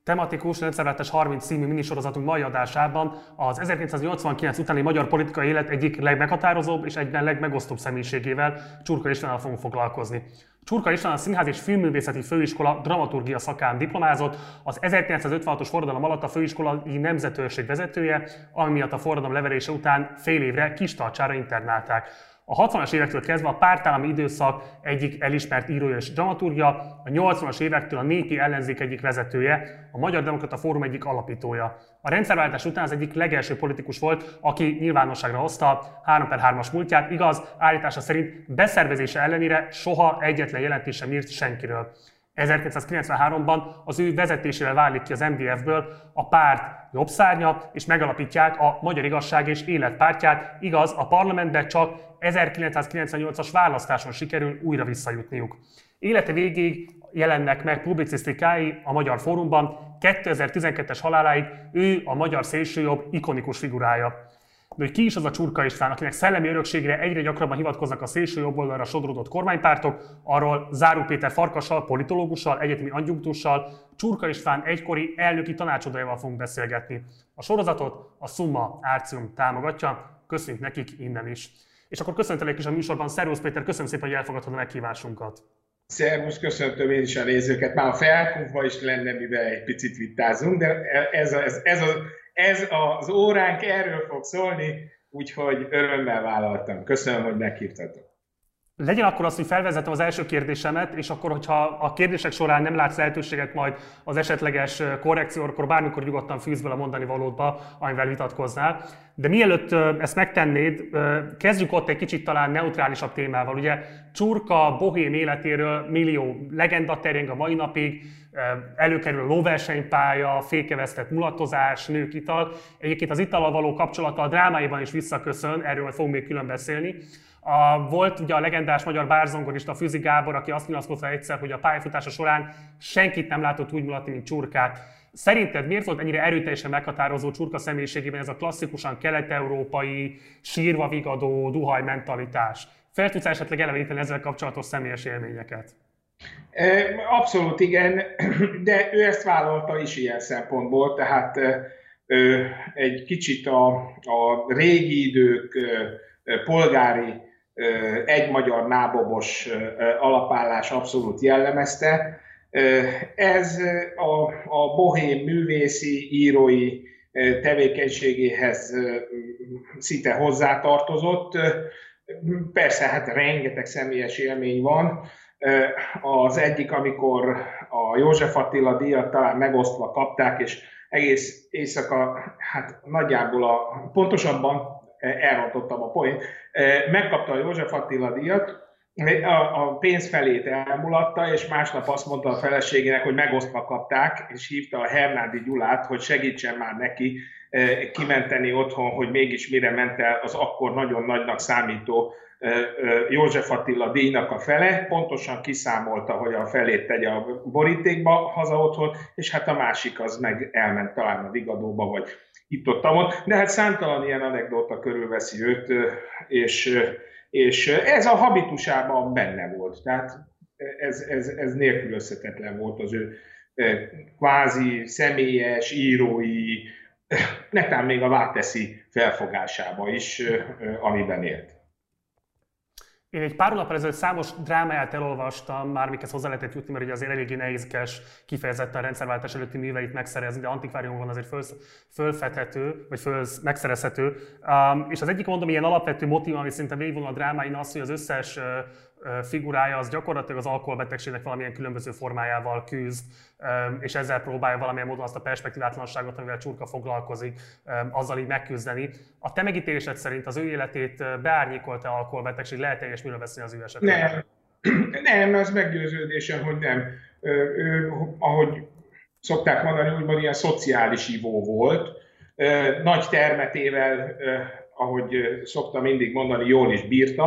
Tematikus rendszerváltás 30 című minisorozatunk mai adásában az 1989 utáni magyar politikai élet egyik legmeghatározóbb és egyben legmegosztóbb személyiségével, Csurka Istvánnal fogunk foglalkozni. Csurka István a Színház és Filmművészeti Főiskola dramaturgia szakán diplomázott, az 1956-os forradalom alatt a főiskolai nemzetőrség vezetője, ami miatt a forradalom leverése után fél évre Kistarcsára internálták. A 60-as évektől kezdve a pártállami időszak egyik elismert írója és dramaturgia, a 80-as évektől a népi ellenzék egyik vezetője, a Magyar Demokrata Fórum egyik alapítója. A rendszerváltás után az egyik legelső politikus volt, aki nyilvánosságra hozta 3/3-as múltját, igaz, állítása szerint beszervezése ellenére soha egyetlen jelentés sem írt senkiről. 1993-ban az ő vezetésével válik ki az MDF-ből a párt jobb szárnya, és megalapítják a Magyar Igazság és Élet pártját, igaz, a parlamentbe csak 1998-as választáson sikerül újra visszajutniuk. Élete végéig jelennek meg publicisztikái a Magyar Fórumban, 2012-es haláláig ő a magyar szélsőjobb ikonikus figurája. De hogy ki is az a Csurka István, akinek szellemi örökségre egyre gyakrabban hivatkoznak a szélső jobboldalra sodródott kormánypártok, arról Záró Péter Farkassal, politológussal, egyetemi adjunktussal, Csurka István egykori elnöki tanácsadójával fogunk beszélgetni. A sorozatot a Summa Artium támogatja, köszönjük nekik innen is. És akkor köszöntelek is a műsorban. Szervusz Péter, köszönöm szépen, hogy elfogadtad a meghívásunkat. Szervusz, köszöntöm én is a nézőket. Már a felkúvva is lenne, mivel egy picit vittázunk, de ez az óránk erről fog szólni, úgyhogy örömmel vállaltam. Köszönöm, hogy meghívtatok. Legyen akkor az, hogy felvezetem az első kérdésemet, és akkor, hogyha a kérdések során nem látsz lehetőséget majd az esetleges korrekcióra, akkor bármikor nyugodtan fűzz bele a mondani valódba, amivel vitatkoznál. De mielőtt ezt megtennéd, kezdjük ott egy kicsit talán neutrálisabb témával. Ugye Csurka bohém életéről millió legenda terjeng a mai napig, előkerül a lóversenypálya, fékevesztett mulatozás, nők ital. Egyébként az itallal való kapcsolata a drámáiban is visszaköszön, erről majd fogunk még külön beszélni. Volt ugye a legendás magyar bárzongorista Füzi Gábor, aki azt nyilatkozta egyszer, hogy a pályafutása során senkit nem látott úgy mulatni, mint Csurkát. Szerinted miért volt ennyire erőteljesen meghatározó Csurka személyiségében ez a klasszikusan kelet-európai, sírva vigadó duhaj mentalitás? Fel tudsz esetleg eleveníteni ezzel kapcsolatos személyes élményeket? Abszolút igen, de ő ezt vállalta is ilyen szempontból, tehát egy kicsit a régi idők polgári egy magyar nábobos alapállás abszolút jellemezte. Ez a bohém művészi, írói tevékenységéhez szinte hozzátartozott. Persze, hát rengeteg személyes élmény van. Az egyik, amikor a József Attila díjat talán megosztva kapták, és egész éjszaka, hát nagyjából pontosabban elrontottam a point, megkapta a József Attila díjat, a pénz felét elmulatta, és másnap azt mondta a feleségének, hogy megosztva kapták, és hívta a Hernádi Gyulát, hogy segítsen már neki kimenteni otthon, hogy mégis mire ment el az akkor nagyon nagynak számító József Attila díjnak a fele, pontosan kiszámolta, hogy a felét tegye a borítékba haza otthon, és hát a másik az meg elment talán a Vigadóba, vagy itt-ott, de hát számtalan ilyen anekdóta körülveszi őt, és ez a habitusában benne volt, tehát ez nélkülözhetetlen volt az ő kvázi személyes, írói, netán még a Várteszi felfogásába is, amiben élt. Én egy pár hónappal ezelőtt számos drámáját elolvastam, már mikhez hozzá lehetett jutni, mert ugye azért eléggé nehézkes kifejezetten rendszerváltás előtti műveit megszerezni, de antikváriumban azért fölfedhető, vagy megszerezhető. És az egyik mondom, ilyen alapvető motív, ami szerintem végigvonul a drámáin az, hogy az összes figurája az gyakorlatilag az alkoholbetegségnek valamilyen különböző formájával küzd, és ezzel próbálja valamilyen módon azt a perspektívátlanságot, amivel Csurka foglalkozik, azzal így megküzdeni. A te megítélésed szerint az ő életét beárnyékolta alkoholbetegség? Lehet teljes miről beszélni az ő esetében? Nem, az meggyőződésem, hogy nem. Ő, ahogy szokták mondani, úgymond ilyen szociális ivó volt. Nagy termetével, ahogy szoktam mindig mondani, jól is bírta.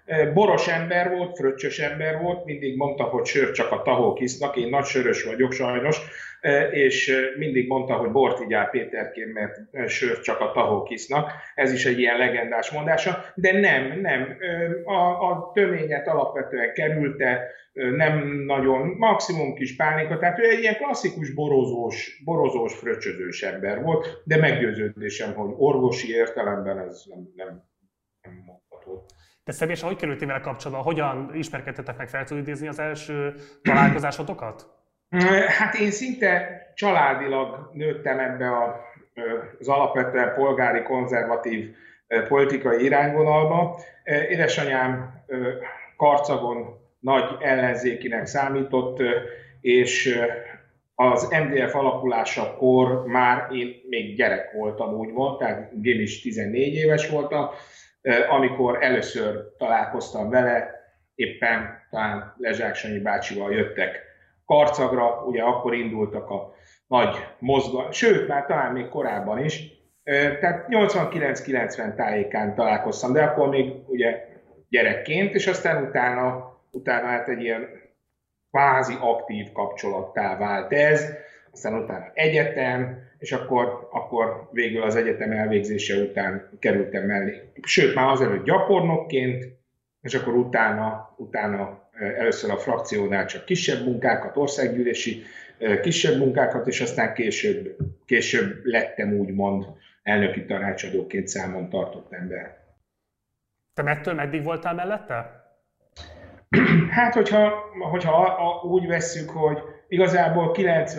Boros ember volt, fröccsös ember volt, mindig mondta, hogy sört csak a tahók isznak, én nagy sörös vagyok sajnos, és mindig mondta, hogy bort igyál Péterkém, mert sört csak a tahók isznak. Ez is egy ilyen legendás mondása, de nem. A töményet alapvetően kerülte, nem nagyon, maximum kis pálinka, tehát ő egy ilyen klasszikus borozós, fröccsözős ember volt, de meggyőződésem, hogy orvosi értelemben ez nem mondható. De személyesen hogy kerültél vele kapcsolatban? Hogyan ismerkedtetek meg, fel tudod idézni az első találkozásotokat? Hát én szinte családilag nőttem ebbe az alapvetően polgári, konzervatív politikai irányvonalba. Édesanyám Karcagon nagy ellenzékinek számított, és az MDF alakulásakor már én még gyerek voltam, úgymond, tehát én is 14 éves voltam, amikor először találkoztam vele, éppen talán Lezsák Sanyi bácsival jöttek Karcagra, ugye akkor indultak a nagy mozgalmak, sőt, már talán még korábban is, tehát 89-90 tájékán találkoztam, de akkor még ugye gyerekként, és aztán utána hát egy ilyen kvázi aktív kapcsolattá vált ez, aztán utána egyetem, és akkor végül az egyetem elvégzése után kerültem mellé. Sőt, már azelőtt gyakornokként, és akkor utána először a frakciónál csak kisebb munkákat, országgyűlési kisebb munkákat, és aztán később lettem úgymond elnöki tanácsadóként számon tartott ember. Te mettől meddig voltál mellette? Hát, hogyha úgy vesszük, hogy igazából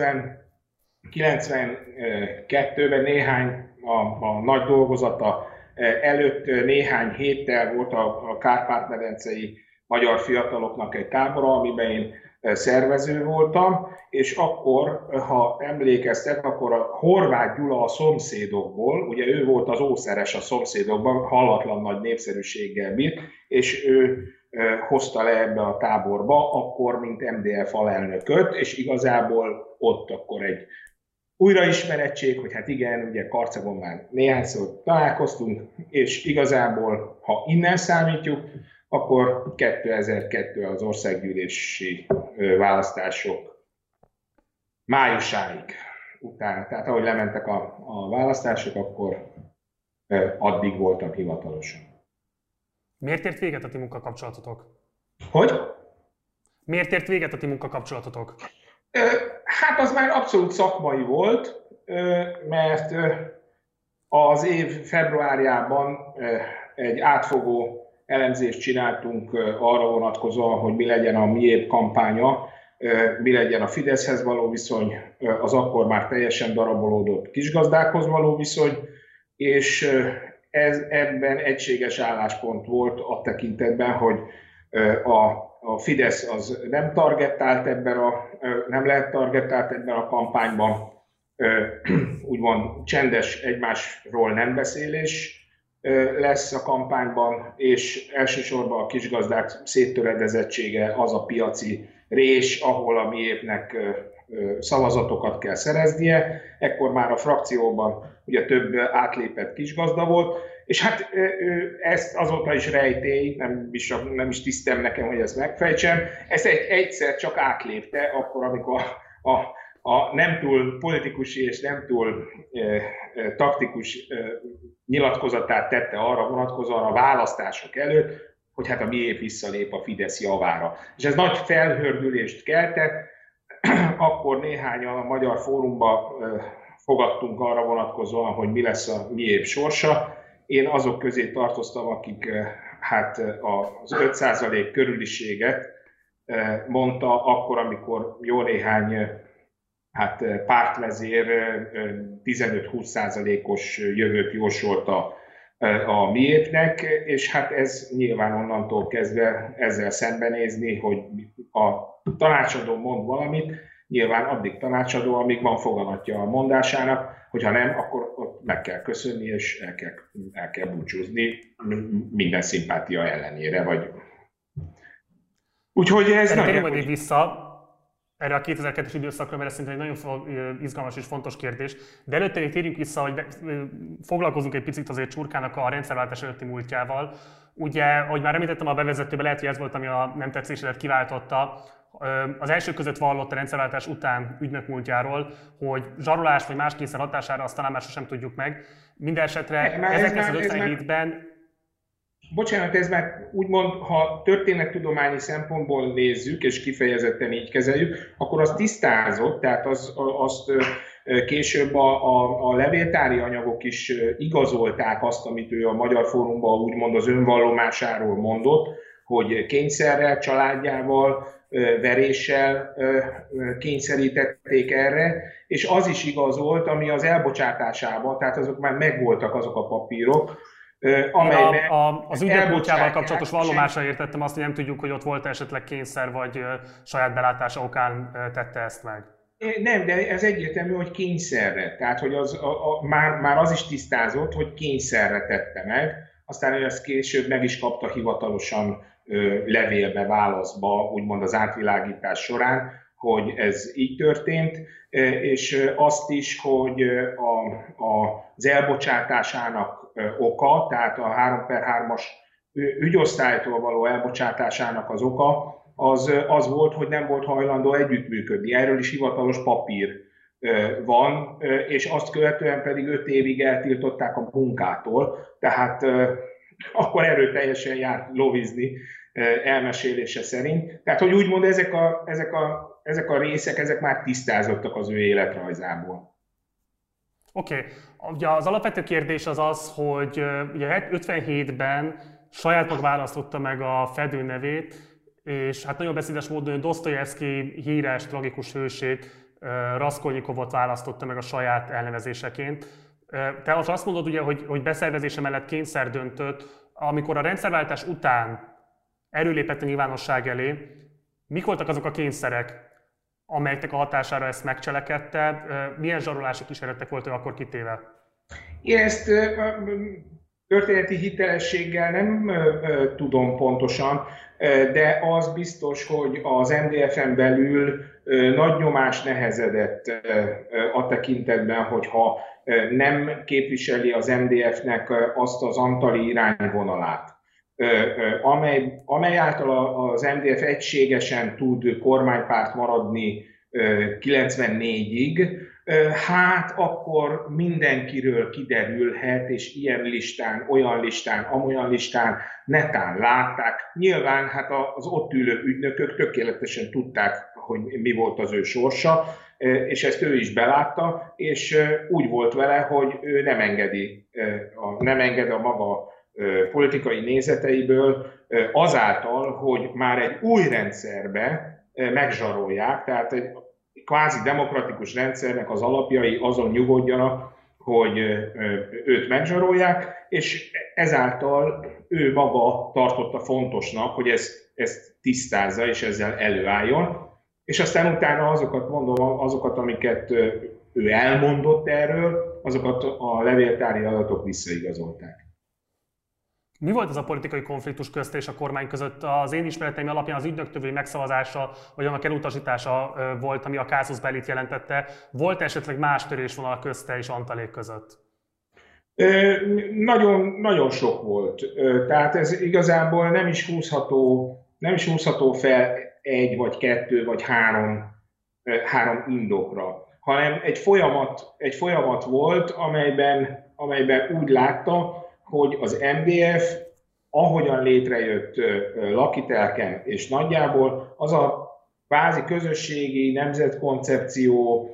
92-ben néhány a nagy dolgozata előtt néhány héttel volt a Kárpát-medencei magyar fiataloknak egy tábora, amiben én szervező voltam, és akkor, ha emlékeztek, akkor a Horváth Gyula a Szomszédokból, ugye ő volt az ószeres a Szomszédokban, hallatlan nagy népszerűséggel bírt, és ő hozta le ebbe a táborba, akkor mint MDF alelnököt, és igazából ott akkor egy újraismerettség, hogy hát igen, ugye Karcagon már néhányszor találkoztunk, és igazából, ha innen számítjuk, akkor 2002 az országgyűlési választások májusáig után. Tehát ahogy lementek a választások, akkor addig voltam hivatalosan. Miért ért véget a ti munkakapcsolatotok? Hogy? Miért ért véget a ti munkakapcsolatotok? Hát az már abszolút szakmai volt, mert az év februárjában egy átfogó elemzést csináltunk arra vonatkozóan, hogy mi legyen a miébb kampánya, mi legyen a Fideszhez való viszony, az akkor már teljesen darabolódott kisgazdákhoz való viszony, és ebben egységes álláspont volt a tekintetben, hogy a Fidesz az nem lehet targettált ebben a kampányban, úgymond csendes egymásról nem beszélés lesz a kampányban, és elsősorban a kisgazdák széttöredezettsége az a piaci rés, ahol a miépnek szavazatokat kell szereznie. Ekkor már a frakcióban ugye több átlépett kisgazda volt, és hát ezt azóta is rejtély, nem is tisztem nekem, hogy ezt megfejtsem, ezt egyszer csak átlépte, akkor, amikor a nem túl politikusi és nem túl taktikus nyilatkozatát tette arra vonatkozóan a választások előtt, hogy hát a miép visszalép a Fidesz javára. És ez nagy felhördülést keltett, akkor néhányan a Magyar Fórumban fogadtunk arra vonatkozóan, hogy mi lesz a miép sorsa. Én azok közé tartoztam, akik hát az 5% körüliséget mondta akkor, amikor jó néhány pártvezér 15-20%-os jövőt jósolt a miépnek, és hát ez nyilván onnantól kezdve ezzel szembenézni, hogy a tanácsadó mond valamit, nyilván addig tanácsadó, amíg van foganatja a mondásának, hogyha nem, akkor ott meg kell köszönni, és el kell búcsúzni minden szimpátia ellenére. Úgyhogy ez nagyon... vissza. erre a 2002-es időszakra, mert ez szerintem egy nagyon izgalmas és fontos kérdés. De előtte még térjünk vissza, hogy foglalkozunk egy picit azért Csurkának a rendszerváltás előtti múltjával. Ugye, ahogy már említettem a bevezetőben, lehet, hogy ez volt, ami a nem tetszésedet kiváltotta. Az első között vallott a rendszerváltás után ügynök múltjáról, hogy zsarolás vagy más kényszer hatására azt talán már sosem tudjuk meg. Mindenesetre 1957-ben... Bocsánat, ez már úgymond, ha történettudományi szempontból nézzük, és kifejezetten így kezeljük, akkor az tisztázott, tehát azt később a levéltári anyagok is igazolták azt, amit ő a Magyar Fórumban úgymond az önvallomásáról mondott, hogy kényszerrel, családjával, veréssel kényszerítették erre, és az is igazolt, ami az elbocsátásában, tehát azok már megvoltak azok a papírok, az ügyek múltjával kapcsolatos vallomásra értettem azt, hogy nem tudjuk, hogy ott volt esetleg kényszer, vagy saját belátása okán tette ezt meg. Nem, de ez egyértelmű, hogy kényszerre. Tehát, hogy már az is tisztázott, hogy kényszerre tette meg, aztán ő ezt később meg is kapta hivatalosan levélbe, válaszba, úgymond az átvilágítás során, hogy ez így történt, és azt is, hogy az elbocsátásának oka, tehát a 3/3-as ügyosztálytól való elbocsátásának az oka, az volt, hogy nem volt hajlandó együttműködni. Erről is hivatalos papír van, és azt követően pedig 5 évig eltiltották a munkától, tehát akkor erőteljesen járt lovizni elmesélése szerint. Tehát, hogy úgymond ezek a részek, ezek már tisztázottak az ő életrajzából. Oké. Ugye az alapvető kérdés az az, hogy ugye 57-ben saját maga választotta meg a fedő nevét, és hát nagyon beszédes módon Dosztojevszky híres, tragikus hősét, Raskolnikovot választotta meg a saját elnevezéseként. Te azt mondod ugye, hogy beszervezése mellett kényszer döntött, amikor a rendszerváltás után erőlépett a nyilvánosság elé. Mik voltak azok a kényszerek, amelyeknek a hatására ezt megcselekedte? Milyen zsarolási kísérletek voltak akkor kitéve? Én ezt történeti hitelességgel nem tudom pontosan, de az biztos, hogy az MDF-en belül nagy nyomás nehezedett a tekintetben, hogyha nem képviseli az MDF-nek azt az antali irányvonalát, amely által az MDF egységesen tud kormánypárt maradni 94-ig, hát akkor mindenkiről kiderülhet, és ilyen listán, olyan listán, amolyan listán netán látták. Nyilván hát az ott ülő ügynökök tökéletesen tudták, hogy mi volt az ő sorsa, és ezt ő is belátta, és úgy volt vele, hogy ő nem enged a maga politikai nézeteiből azáltal, hogy már egy új rendszerbe megzsarolják, tehát egy kvázi demokratikus rendszernek az alapjai azon nyugodjanak, hogy őt megzsarolják, és ezáltal ő maga tartotta fontosnak, hogy ezt tisztázza és ezzel előálljon. És aztán utána azokat, amiket ő elmondott erről, azokat a levéltári adatok visszaigazolták. Mi volt az a politikai konfliktus közt és a kormány között? Az én ismereteim alapján az ügynöktörvény megszavazása, vagy annak elutasítása volt, ami a casus bellit jelentette. Volt esetleg más törésvonal közte és Antalék között? Nagyon sok volt. Tehát ez igazából nem is húzható fel egy, vagy kettő, vagy három indokra, hanem egy folyamat volt, amelyben úgy látta, hogy az MDF, ahogyan létrejött Lakitelken, és nagyjából az a kvázi közösségi nemzetkoncepció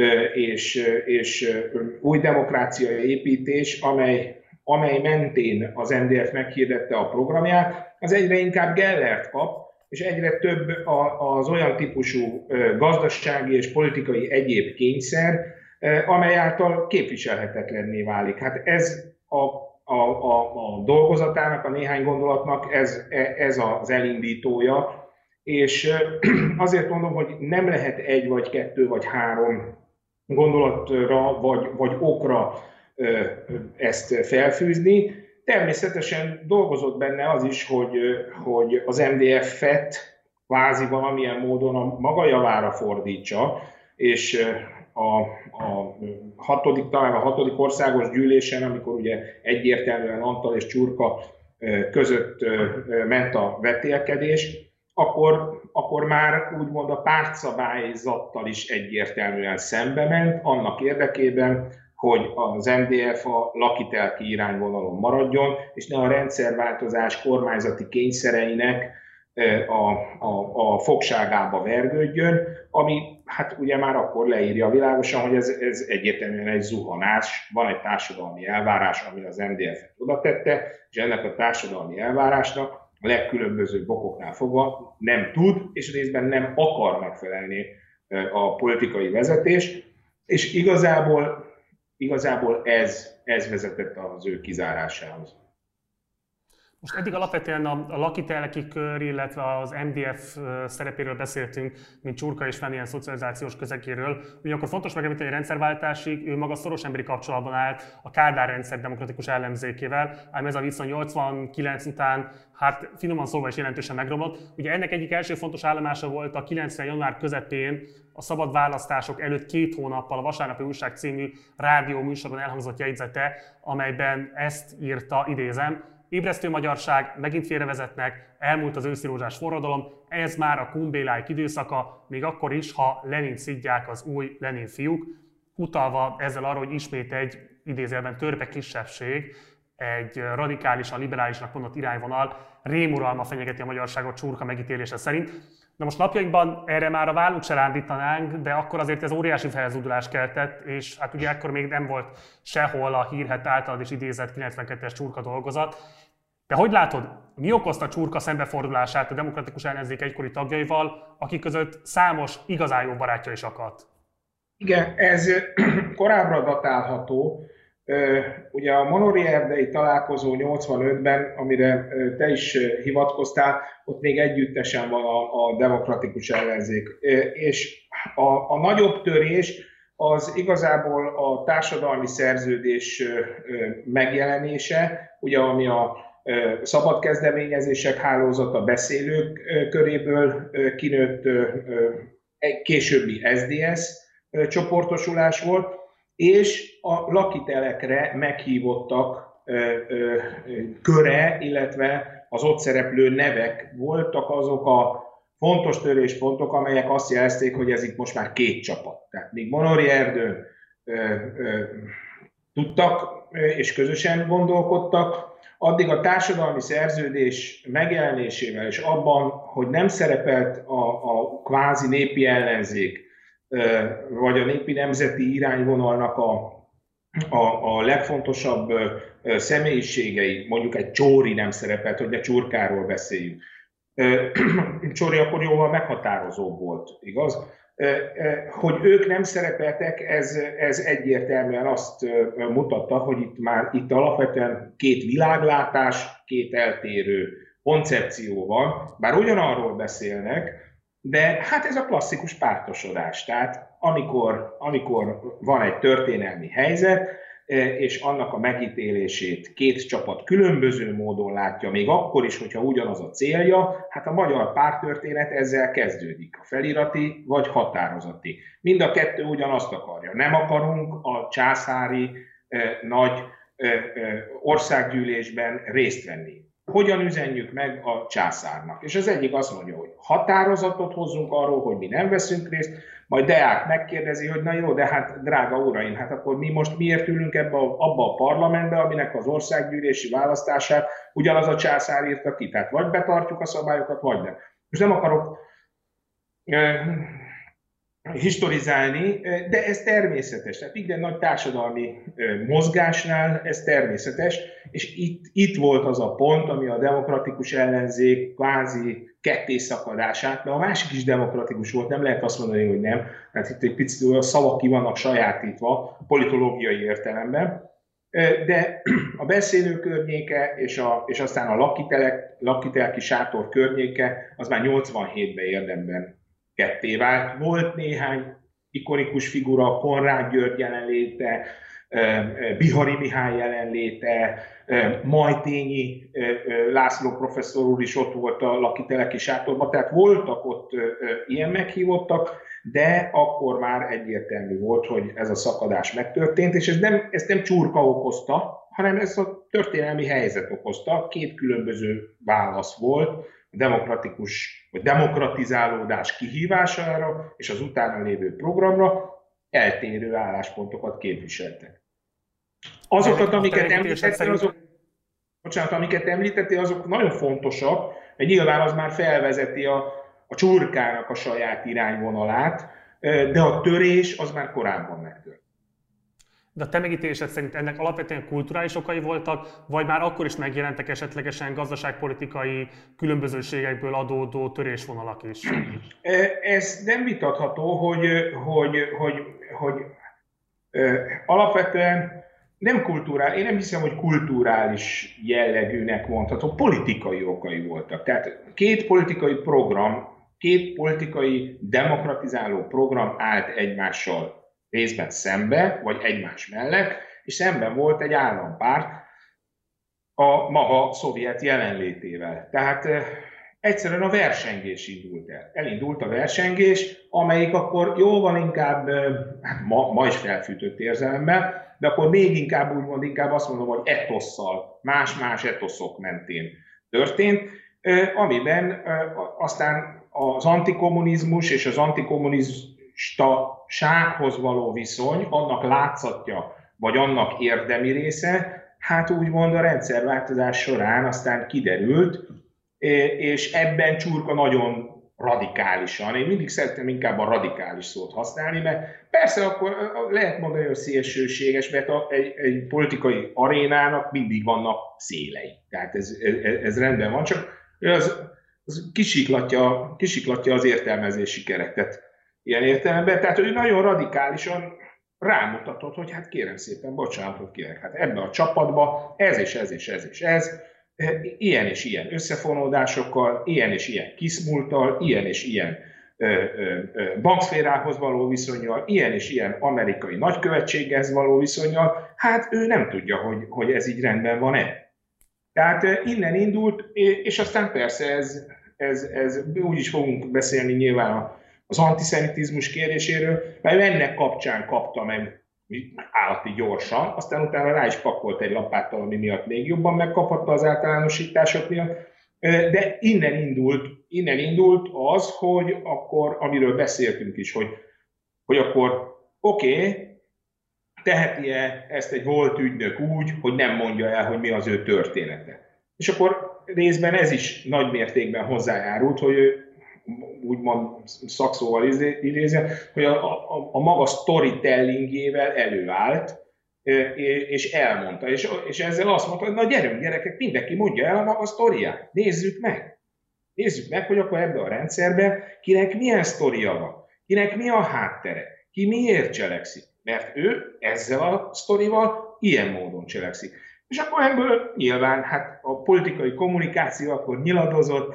és új demokráciai építés, amely mentén az MDF meghirdette a programját, az egyre inkább gellert kap, és egyre több az olyan típusú gazdasági és politikai egyéb kényszer, amely által képviselhetetlenné válik. Hát ez a dolgozatának, a néhány gondolatnak ez az elindítója, és azért mondom, hogy nem lehet egy, vagy kettő, vagy három gondolatra, vagy okra ezt felfűzni. Természetesen dolgozott benne az is, hogy az MDF-et kvázi valamilyen módon a maga javára fordítsa, és talán a hatodik országos gyűlésen, amikor ugye egyértelműen Antall és Csurka között ment a vetélkedés, akkor már úgymond a pártszabályzattal is egyértelműen szembe ment, annak érdekében, hogy az MDF a lakitelki irányvonalon maradjon, és ne a rendszerváltozás kormányzati kényszereinek a fogságába vergődjön, ami hát ugye már akkor leírja világosan, hogy ez egyértelműen egy zuhanás, van egy társadalmi elvárás, ami az MDF-et oda tette, és ennek a társadalmi elvárásnak a legkülönbözőbb okoknál fogva nem tud, és részben nem akar megfelelni a politikai vezetés, és igazából ez vezetett az ő kizárásához. Most eddig alapvetően a lakitelki kör, illetve az MDF szerepéről beszéltünk, mint Csurka és Fenn ilyen szocializációs közegéről. Ugyanakkor fontos megemlíteni, hogy a rendszerváltásig ő maga szoros emberi kapcsolatban állt a Kádár rendszer demokratikus ellenzékével, ám ez a viszony 89 után, hát finoman szólva is jelentősen megromlott. Ugye ennek egyik első fontos állomása volt a 90. január közepén a szabad választások előtt 2 hónappal a Vasárnapi Újság című rádió műsorban elhangzott jegyzete, amelyben ezt írta, idézem: ébresztő magyarság, megint félrevezetnek, elmúlt az őszirózsás forradalom, ez már a kumbéláik időszaka, még akkor is, ha Lenint szidják az új Lenin fiúk, utalva ezzel arra, hogy ismét egy idézőjelben törpe kisebbség, egy radikálisan liberálisnak mondott irányvonal rémuralma fenyegeti a magyarságot Csurka megítélése szerint. Na most napjainkban erre már a vállunk se rándítanánk, de akkor azért ez óriási felzúdulást keltett, és hát ugye akkor még nem volt sehol a hírhedt általad is idézett 92-es Csurka dolgozat. De hogy látod, mi okozta Csurka szembefordulását a demokratikus ellenzék egykori tagjaival, akik között számos igazán jó barátja is akadt? Igen, ez korábbra datálható. Ugye a Monori erdei találkozó 85-ben, amire te is hivatkoztál, ott még együttesen van a demokratikus ellenzék. És a nagyobb törés az igazából a társadalmi szerződés megjelenése, ugye ami a szabad kezdeményezések hálózata beszélők köréből kinőtt későbbi SDS csoportosulás volt, és a lakitelekre meghívottak köre, illetve az ott szereplő nevek voltak azok a fontos töréspontok, amelyek azt jelezték, hogy ez itt most már 2 csapat. Tehát míg Monori Erdőn tudtak és közösen gondolkodtak, addig a társadalmi szerződés megjelenésével és abban, hogy nem szerepelt a kvázi népi ellenzék, vagy a népi nemzeti irányvonalnak a legfontosabb személyiségei, mondjuk egy Csóri nem szerepelt, hogy ne Csurkáról beszéljünk. Csóri akkor jóval meghatározóbb volt, igaz? Hogy ők nem szerepeltek, ez egyértelműen azt mutatta, hogy itt alapvetően 2 világlátás, 2 eltérő koncepció van, bár ugyanarról beszélnek, de hát ez a klasszikus pártosodás. Tehát amikor van egy történelmi helyzet, és annak a megítélését 2 csapat különböző módon látja, még akkor is, hogyha ugyanaz a célja, hát a magyar párttörténet ezzel kezdődik, a felirati vagy határozati. Mind a 2 ugyanazt akarja. Nem akarunk a császári nagy országgyűlésben részt venni. Hogyan üzenjük meg a császárnak? És az egyik azt mondja, hogy határozatot hozzunk arról, hogy mi nem veszünk részt, majd Deák megkérdezi, hogy na jó, de hát drága uraim, hát akkor mi most miért ülünk abba a parlamentbe, aminek az országgyűlési választását ugyanaz a császár írta ki. Tehát vagy betartjuk a szabályokat, vagy nem. Most nem akarok historizálni, de ez természetes. Tehát minden nagy társadalmi mozgásnál ez természetes, és itt volt az a pont, ami a demokratikus ellenzék kvázi kettészakadását, de a másik is demokratikus volt, nem lehet azt mondani, hogy nem, mert itt egy picit a szavak ki vannak sajátítva politológiai értelemben, de a beszélő környéke és aztán a lakitelki sátor környéke az már 87-ben érdemben ketté vált. Volt néhány ikonikus figura, Konrád György jelenléte, Bihari Mihály jelenléte, Majtényi László professzor úr is ott volt a lakiteleki sátorban, tehát voltak ott ilyen meghívottak, de akkor már egyértelmű volt, hogy ez a szakadás megtörtént, és ezt nem Csurka okozta, hanem ez a történelmi helyzet okozta. Két különböző válasz volt a demokratikus vagy demokratizálódás kihívására és az utána lévő programra, eltérő álláspontokat képviseltek. Azokat, amiket említettél, azok nagyon fontosak, mert nyilván az már felvezeti a Csurkának a saját irányvonalát, de a törés az már korábban megtört. De a te megítélésed szerint ennek alapvetően kulturális okai voltak, vagy már akkor is megjelentek esetlegesen gazdaságpolitikai különbözőségekből adódó törésvonalak is? Ez nem vitatható, hogy alapvetően nem kulturális, én nem hiszem, hogy kulturális jellegűnek mondható, politikai okai voltak. Tehát két politikai demokratizáló program állt egymással részben szembe, vagy egymás mellett, és szemben volt egy állampárt a maga szovjet jelenlétével. Tehát egyszerűen a versengés indult el. Elindult a versengés, amelyik akkor jóval inkább, ma is felfűtött érzelemben, de akkor még inkább azt mondom, hogy etosszal, más-más etoszok mentén történt, amiben aztán az antikommunizmus és az antikommunistasághoz való viszony, annak látszatja, vagy annak érdemi része, hát úgymond a rendszerváltozás során aztán kiderült, és ebben Csurka nagyon radikálisan, én mindig szeretem inkább a radikális szót használni, mert persze akkor lehet mondani, hogy szélsőséges, mert egy politikai arénának mindig vannak szélei. Tehát ez rendben van, csak az kisiklatja az értelmezési keretet ilyen értelemben. Tehát ő nagyon radikálisan rámutatott, hogy hát kérem szépen, bocsánatot kérek, hát ebben a csapatban ez és ez és ez és ez, ilyen és ilyen összefonódásokkal, ilyen és ilyen kiszmulttal, ilyen és ilyen bankszférához való viszonnyal, ilyen és ilyen amerikai nagykövetséghez való viszonnyal, hát ő nem tudja, hogy ez így rendben van-e. Tehát innen indult, és aztán persze ez úgy is fogunk beszélni nyilván az antiszemitizmus kérdéséről, mert ő ennek kapcsán kapta meg állati gyorsan, aztán utána rá is pakolt egy lapáttal, ami miatt még jobban megkaphatta az általánosítások miatt. De innen indult az, hogy akkor, amiről beszéltünk is, hogy akkor oké, teheti-e ezt egy volt ügynök úgy, hogy nem mondja el, hogy mi az ő története. És akkor részben ez is nagy mértékben hozzájárult, hogy ő úgymond szakszóval idézve, hogy a maga storytellingjével előállt, és elmondta. És ezzel azt mondta, hogy na gyerünk gyerekek, mindenki mondja el a maga sztoriát. Nézzük meg. Nézzük meg, hogy akkor ebben a rendszerben kinek milyen sztoria van, kinek mi a háttere, ki miért cselekszik. Mert ő ezzel a sztorival ilyen módon cselekszik. És akkor ebből nyilván hát a politikai kommunikáció akkor nyiladozott,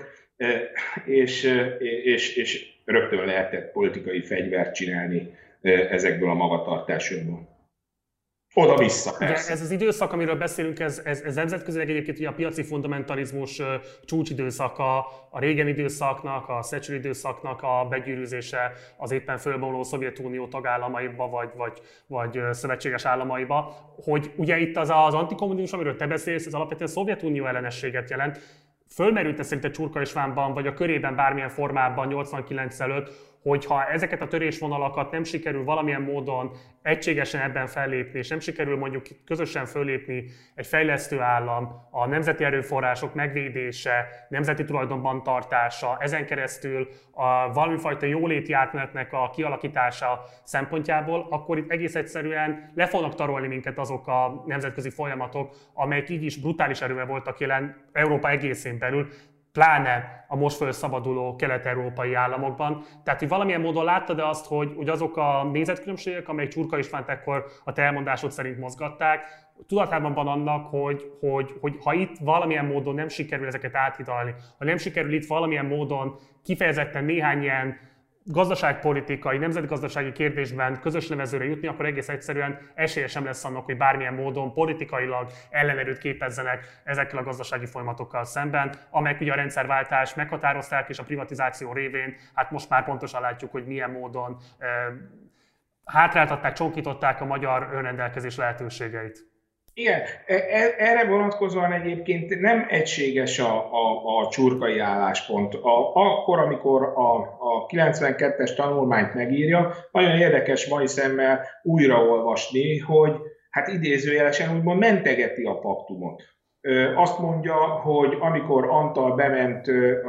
és rögtön lehetett politikai fegyvert csinálni ezekből a magatartásokból. Oda-vissza, persze. Ez az időszak, amiről beszélünk, ez nemzetközileg egyébként ugye a piaci fundamentalizmus csúcsidőszaka, a régen időszaknak, a Thatcher időszaknak a begyűrűzése az éppen fölbomló Szovjetunió tagállamaiba, vagy szövetséges államaiba, hogy ugye itt az antikommunizmus, amiről te beszélsz, ez alapvetően Szovjetunió ellenességet jelent. Fölmerült-e szerinted Csurka Istvánban, vagy a körében bármilyen formában 89 előtt, hogyha ezeket a törésvonalakat nem sikerül valamilyen módon egységesen ebben fellépni, és nem sikerül mondjuk közösen föllépni egy fejlesztő állam, a nemzeti erőforrások megvédése, nemzeti tulajdonban tartása, ezen keresztül valamifajta jóléti átmenetnek a kialakítása szempontjából, akkor itt egész egyszerűen le fognak tarolni minket azok a nemzetközi folyamatok, amelyek így is brutális erővel voltak jelen Európa egészén belül, pláne a most felszabaduló kelet-európai államokban. Tehát, hogy valamilyen módon láttad azt, hogy azok a nézetkülönbségek, amelyek Csurka Istvánt ekkor a te elmondásod szerint mozgatták, tudatában van annak, hogy ha itt valamilyen módon nem sikerül ezeket áthidalni, ha nem sikerül itt valamilyen módon kifejezetten néhány ilyen gazdaságpolitikai, nemzetgazdasági kérdésben közös nevezőre jutni, akkor egész egyszerűen esélye sem lesz annak, hogy bármilyen módon politikailag ellenerőt képezzenek ezekkel a gazdasági folyamatokkal szemben, amelyek ugye a rendszerváltást meghatározták, és a privatizáció révén, hát most már pontosan látjuk, hogy milyen módon hátráltatták, csonkították a magyar önrendelkezés lehetőségeit. Igen, erre vonatkozóan egyébként nem egységes a csurkai álláspont. Akkor, amikor a 92-es tanulmányt megírja, nagyon érdekes mai szemmel újraolvasni, hogy hát idézőjelesen úgymond mentegeti a paktumot. Azt mondja, hogy amikor Antal bement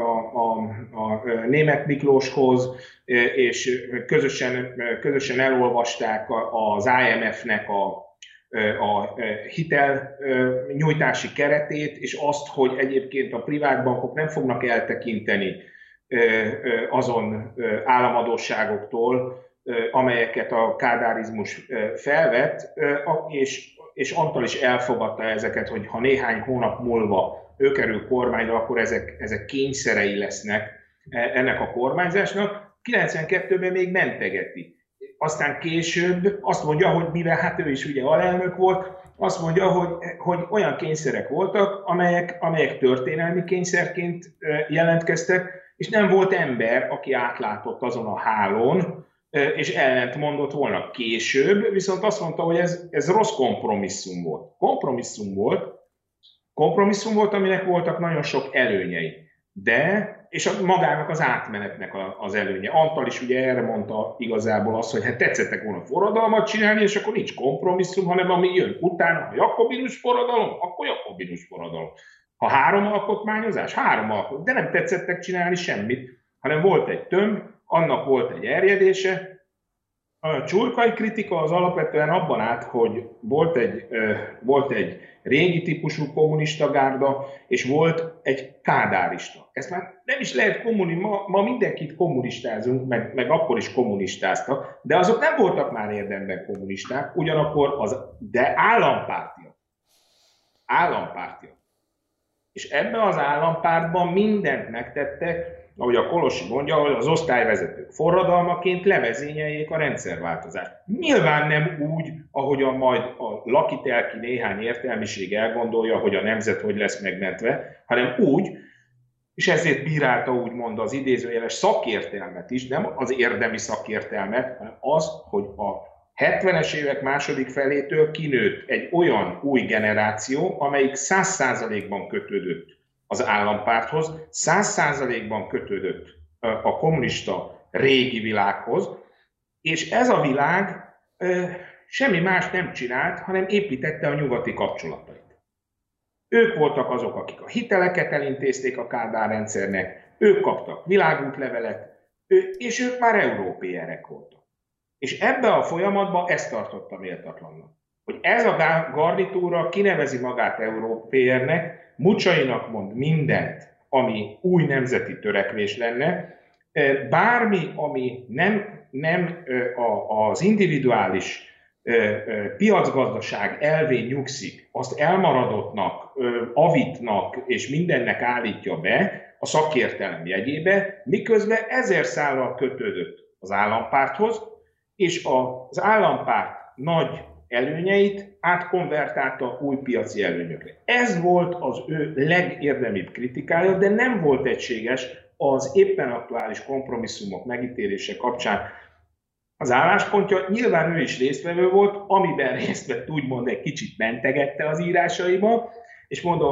a Németh Miklóshoz, és közösen elolvasták az IMF-nek a hitel nyújtási keretét, és azt, hogy egyébként a privátbankok nem fognak eltekinteni azon államadósságoktól, amelyeket a kádárizmus felvett, és Antal is elfogadta ezeket, hogy ha néhány hónap múlva ő kerül kormányra, akkor ezek kényszerei lesznek ennek a kormányzásnak. 92-ben még mentegeti. Aztán később azt mondja, hogy mivel hát ő is ugye alelnök volt, azt mondja, hogy olyan kényszerek voltak, amelyek történelmi kényszerként jelentkeztek, és nem volt ember, aki átlátott azon a hálón, és ellent mondott volna. Később viszont azt mondta, hogy ez rossz kompromisszum volt. Kompromisszum volt, aminek voltak nagyon sok előnyei. És magának az átmenetnek az előnye. Antal is ugye erre mondta igazából azt, hogy hát tetszettek volna forradalmat csinálni, és akkor nincs kompromisszum, hanem ami jön utána, ha jakobinus forradalom, akkor jakobinus forradalom. Ha 3 alkotmányozás, 3 alkotmányozás, de nem tetszettek csinálni semmit, hanem volt egy tömb, annak volt egy erjedése. A csurkai kritika az alapvetően abban állt, hogy volt egy régi típusú kommunista gárda, és volt egy kádárista. Ezt már nem is lehet ma mindenkit kommunistázunk, meg akkor is kommunistáztak, de azok nem voltak már érdemben kommunisták, ugyanakkor de állampártiak. És ebben az állampártban mindent megtettek, ahogy a Kolosi mondja, hogy az osztályvezetők forradalmaként levezényeljék a rendszerváltozást. Nyilván nem úgy, ahogyan majd a lakitelki néhány értelmiség elgondolja, hogy a nemzet hogy lesz megmentve, hanem úgy, és ezért bírálta úgymond az idézőjeles szakértelmet is, nem az érdemi szakértelmet, hanem az, hogy a 70-es évek második felétől kinőtt egy olyan új generáció, amelyik 100%-ban kötődött az állampárthoz, 100%-ban kötődött a kommunista régi világhoz, és ez a világ semmi más nem csinált, hanem építette a nyugati kapcsolatait. Ők voltak azok, akik a hiteleket elintézték a Kádár rendszernek, ők kaptak világútlevelet, és ők már európéerek voltak. És ebbe a folyamatban ezt tartotta méltatlannak. Hogy ez a garnitúra kinevezi magát európéernek, Mucsainak mond mindent, ami új nemzeti törekvés lenne, bármi, ami nem az individuális piacgazdaság elvén nyugszik, azt elmaradottnak, avitnak és mindennek állítja be a szakértelem jegyébe, miközben 1000 szállal kötődött az állampárthoz, és az állampárt nagy előnyeit átkonvertálta új piaci előnyökre. Ez volt az ő legérdemibb kritikája, de nem volt egységes az éppen aktuális kompromisszumok megítélése kapcsán az álláspontja. Nyilván ő is résztvevő volt, amiben részt vett, úgymond egy kicsit mentegette az írásaiba, és mondom,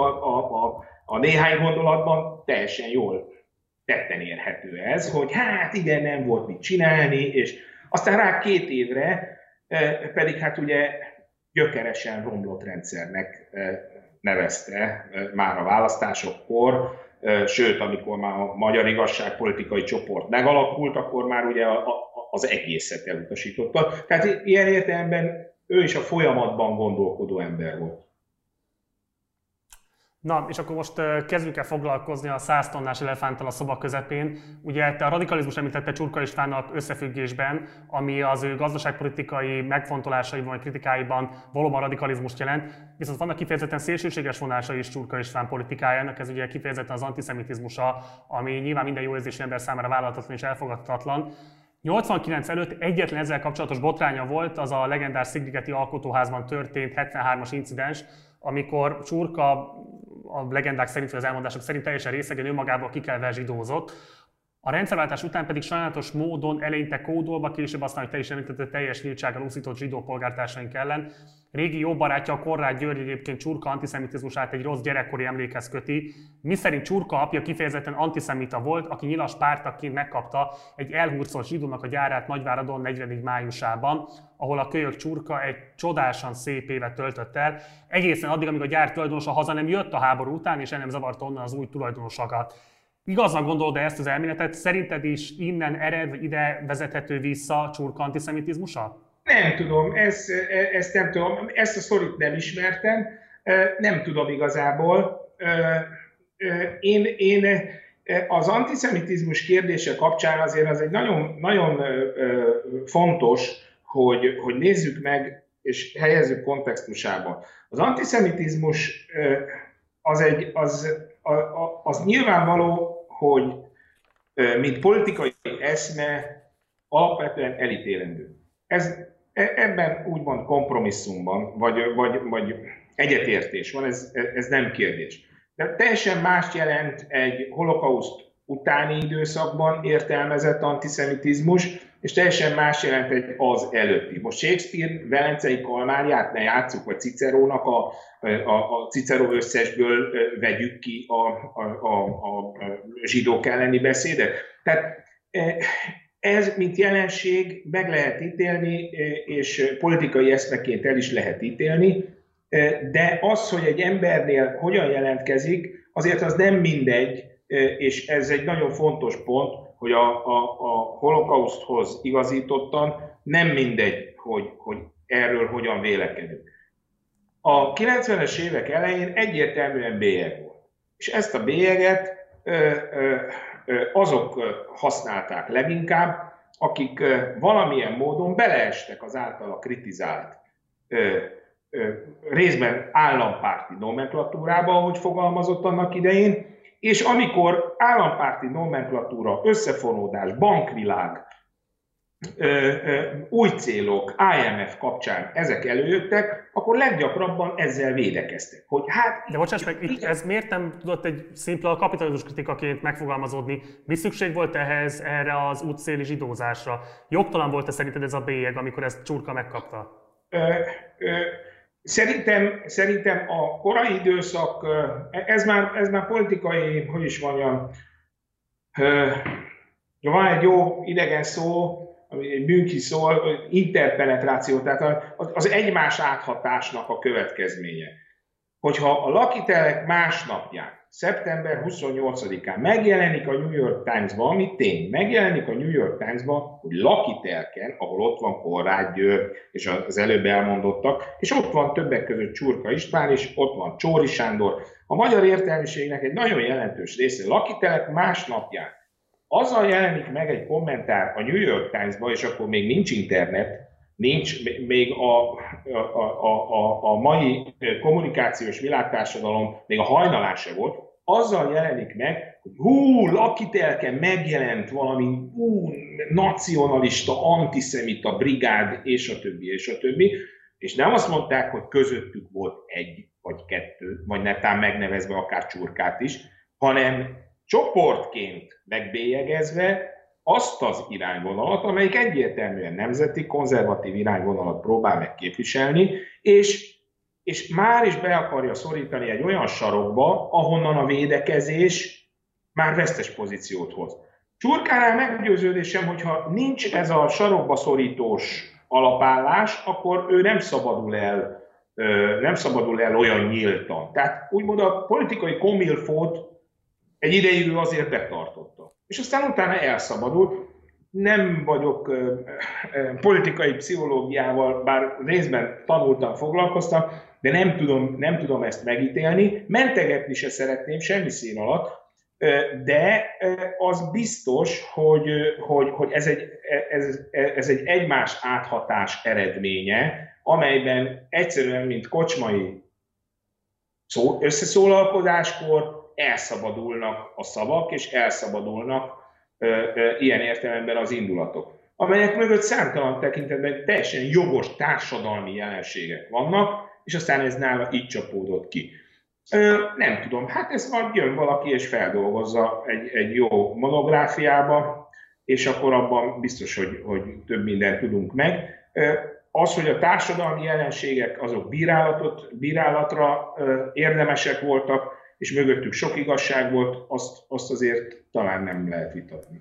a néhány gondolatban teljesen jól tetten érhető ez, hogy hát igen, nem volt mit csinálni, és aztán rá 2 évre pedig hát ugye gyökeresen romlott rendszernek nevezte már a választásokkor, sőt, amikor már a Magyar Igazságpolitikai Csoport megalakult, akkor már ugye az egészet elutasította. Tehát ilyen értelemben ő is a folyamatban gondolkodó ember volt. Na, és akkor most kezdjük el foglalkozni a 100 tonnás elefánttal a szoba közepén. Ugye te a radikalizmus említette Csurka Istvánnak összefüggésben, ami az ő gazdaságpolitikai megfontolásaiban vagy kritikáiban valóban radikalizmust jelent, viszont vannak kifejezetten szélsőséges vonásai is Csurka István politikájának, ez ugye kifejezetten az antiszemitizmusa, ami nyilván minden jó érzésű ember számára vállalhatatlan és elfogadhatatlan. 89 előtt egyetlen ezzel kapcsolatos botránya volt, az a legendás Szigligeti Alkotóházban történt 73-as incidens, amikor Csurka a legendák szerint, vagy az elmondások szerint teljesen részegen önmagából kikelve zsidózott. A rendszerváltás után pedig sajnálatos módon eleinte kódolva, később aztán, hogy te is említetted, teljes nyíltsággal úszított zsidó polgártársaink ellen. Régi jó barátja, a Konrád György egyébként Csurka antiszemitizmusát egy rossz gyerekkori emlékhez köti, miszerint Csurka apja kifejezetten antiszemita volt, aki nyilas pártagként megkapta egy elhurcolt zsidónak a gyárát Nagyváradon 40. májusában, ahol a kölyök Csurka egy csodásan szép évet töltött el, egészen addig, amíg a gyár tulajdonosa haza nem jött a háború után, és el nem zavarta onnan az új tulajdonosokat. Igaznak gondolod ezt az elméletet? Szerinted is innen ered, vagy ide vezethető vissza Csurka antiszemitizmusa? Nem tudom, ezt nem tudom. Ezt a sztorit nem ismertem, nem tudom igazából. Én az antiszemitizmus kérdése kapcsán azért az egy nagyon, nagyon fontos, hogy nézzük meg és helyezzük kontextusába. Az antiszemitizmus az nyilvánvaló, hogy mint politikai eszme alapvetően elítélendő. Ebben úgymond kompromisszumban, vagy egyetértés van, ez nem kérdés. De teljesen mást jelent egy holokauszt utáni időszakban értelmezett antiszemitizmus, és teljesen más jelent egy az előtti. Most Shakespeare Velencei Kalmárját ne játsszuk, vagy Cicerónak a Cicero összesből vegyük ki a zsidók elleni beszédet. Tehát ez, mint jelenség, meg lehet ítélni, és politikai eszmeként el is lehet ítélni, de az, hogy egy embernél hogyan jelentkezik, azért az nem mindegy, és ez egy nagyon fontos pont, hogy a holokauszthoz igazítottan nem mindegy, hogy erről hogyan vélekedünk. A 90-es évek elején egyértelműen bélyeg volt. És ezt a bélyeget azok használták leginkább, akik valamilyen módon beleestek az általa kritizált részben állampárti nomenklatúrába, ahogy fogalmazott annak idején, és amikor állampárti nomenklatúra, összefonódás, bankvilág, új célok, IMF kapcsán ezek előjöttek, akkor leggyakrabban ezzel védekeztek. Hogy hát, de bocsáss meg, itt ez miért nem tudott egy szimpla kapitalizmus kritikaként megfogalmazódni? Mi szükség volt erre az útszéli zsidózásra? Jogtalan volt-e szerinted ez a bélyeg, amikor ezt Csurka megkapta? Szerintem a korai időszak, ez már politikai, hogy is mondjam, van egy jó idegen szó, egy bűnki szó, interpenetráció, tehát az egymás áthatásnak a következménye. Hogyha a lakitelek másnapján, szeptember 28-án megjelenik a New York Times-ban, ami tény, megjelenik a New York Times-ban, hogy lakitelken, ahol ott van Konrád György és az előbb elmondottak, és ott van többek között Csurka István, és ott van Csóri Sándor. A magyar értelmiségnek egy nagyon jelentős része lakitelek másnapján. Azzal jelenik meg egy kommentár a New York Times-ban, és akkor még nincs internet, nincs még a mai kommunikációs világtársadalom, még a hajnalán se volt, azzal jelenik meg, hogy lakitelken megjelent valami nacionalista, antiszemita brigád, és a többi, és a többi, és nem azt mondták, hogy közöttük volt egy vagy kettő, vagy netán megnevezve akár Csurkát is, hanem csoportként megbélyegezve azt az irányvonalat, amelyik egyértelműen nemzeti, konzervatív irányvonalat próbál meg képviselni, és már is be akarja szorítani egy olyan sarokba, ahonnan a védekezés már vesztes pozíciót hoz. Csurkánál meggyőződésem, hogyha nincs ez a sarokba szorítós alapállás, akkor ő nem szabadul el olyan nyíltan. Tehát úgymond a politikai komilfót egy ideig ő azért betartotta. És aztán utána elszabadult. Nem vagyok politikai pszichológiával, bár részben tanultam, foglalkoztam, de nem tudom ezt megítélni, mentegetni se szeretném semmi szín alatt, de az biztos, hogy ez egy egymás áthatás eredménye, amelyben egyszerűen, mint kocsmai összeszólalkozáskor elszabadulnak a szavak, és elszabadulnak ilyen értelemben az indulatok, amelyek mögött számtalan tekintetben teljesen jogos társadalmi jelenségek vannak, és aztán ez nála így csapódott ki. Nem tudom, hát ez majd jön valaki és feldolgozza egy jó monográfiába, és akkor abban biztos, hogy több mindent tudunk meg. Az, hogy a társadalmi jelenségek azok bírálatra érdemesek voltak, és mögöttük sok igazság volt, azt azért talán nem lehet vitatni.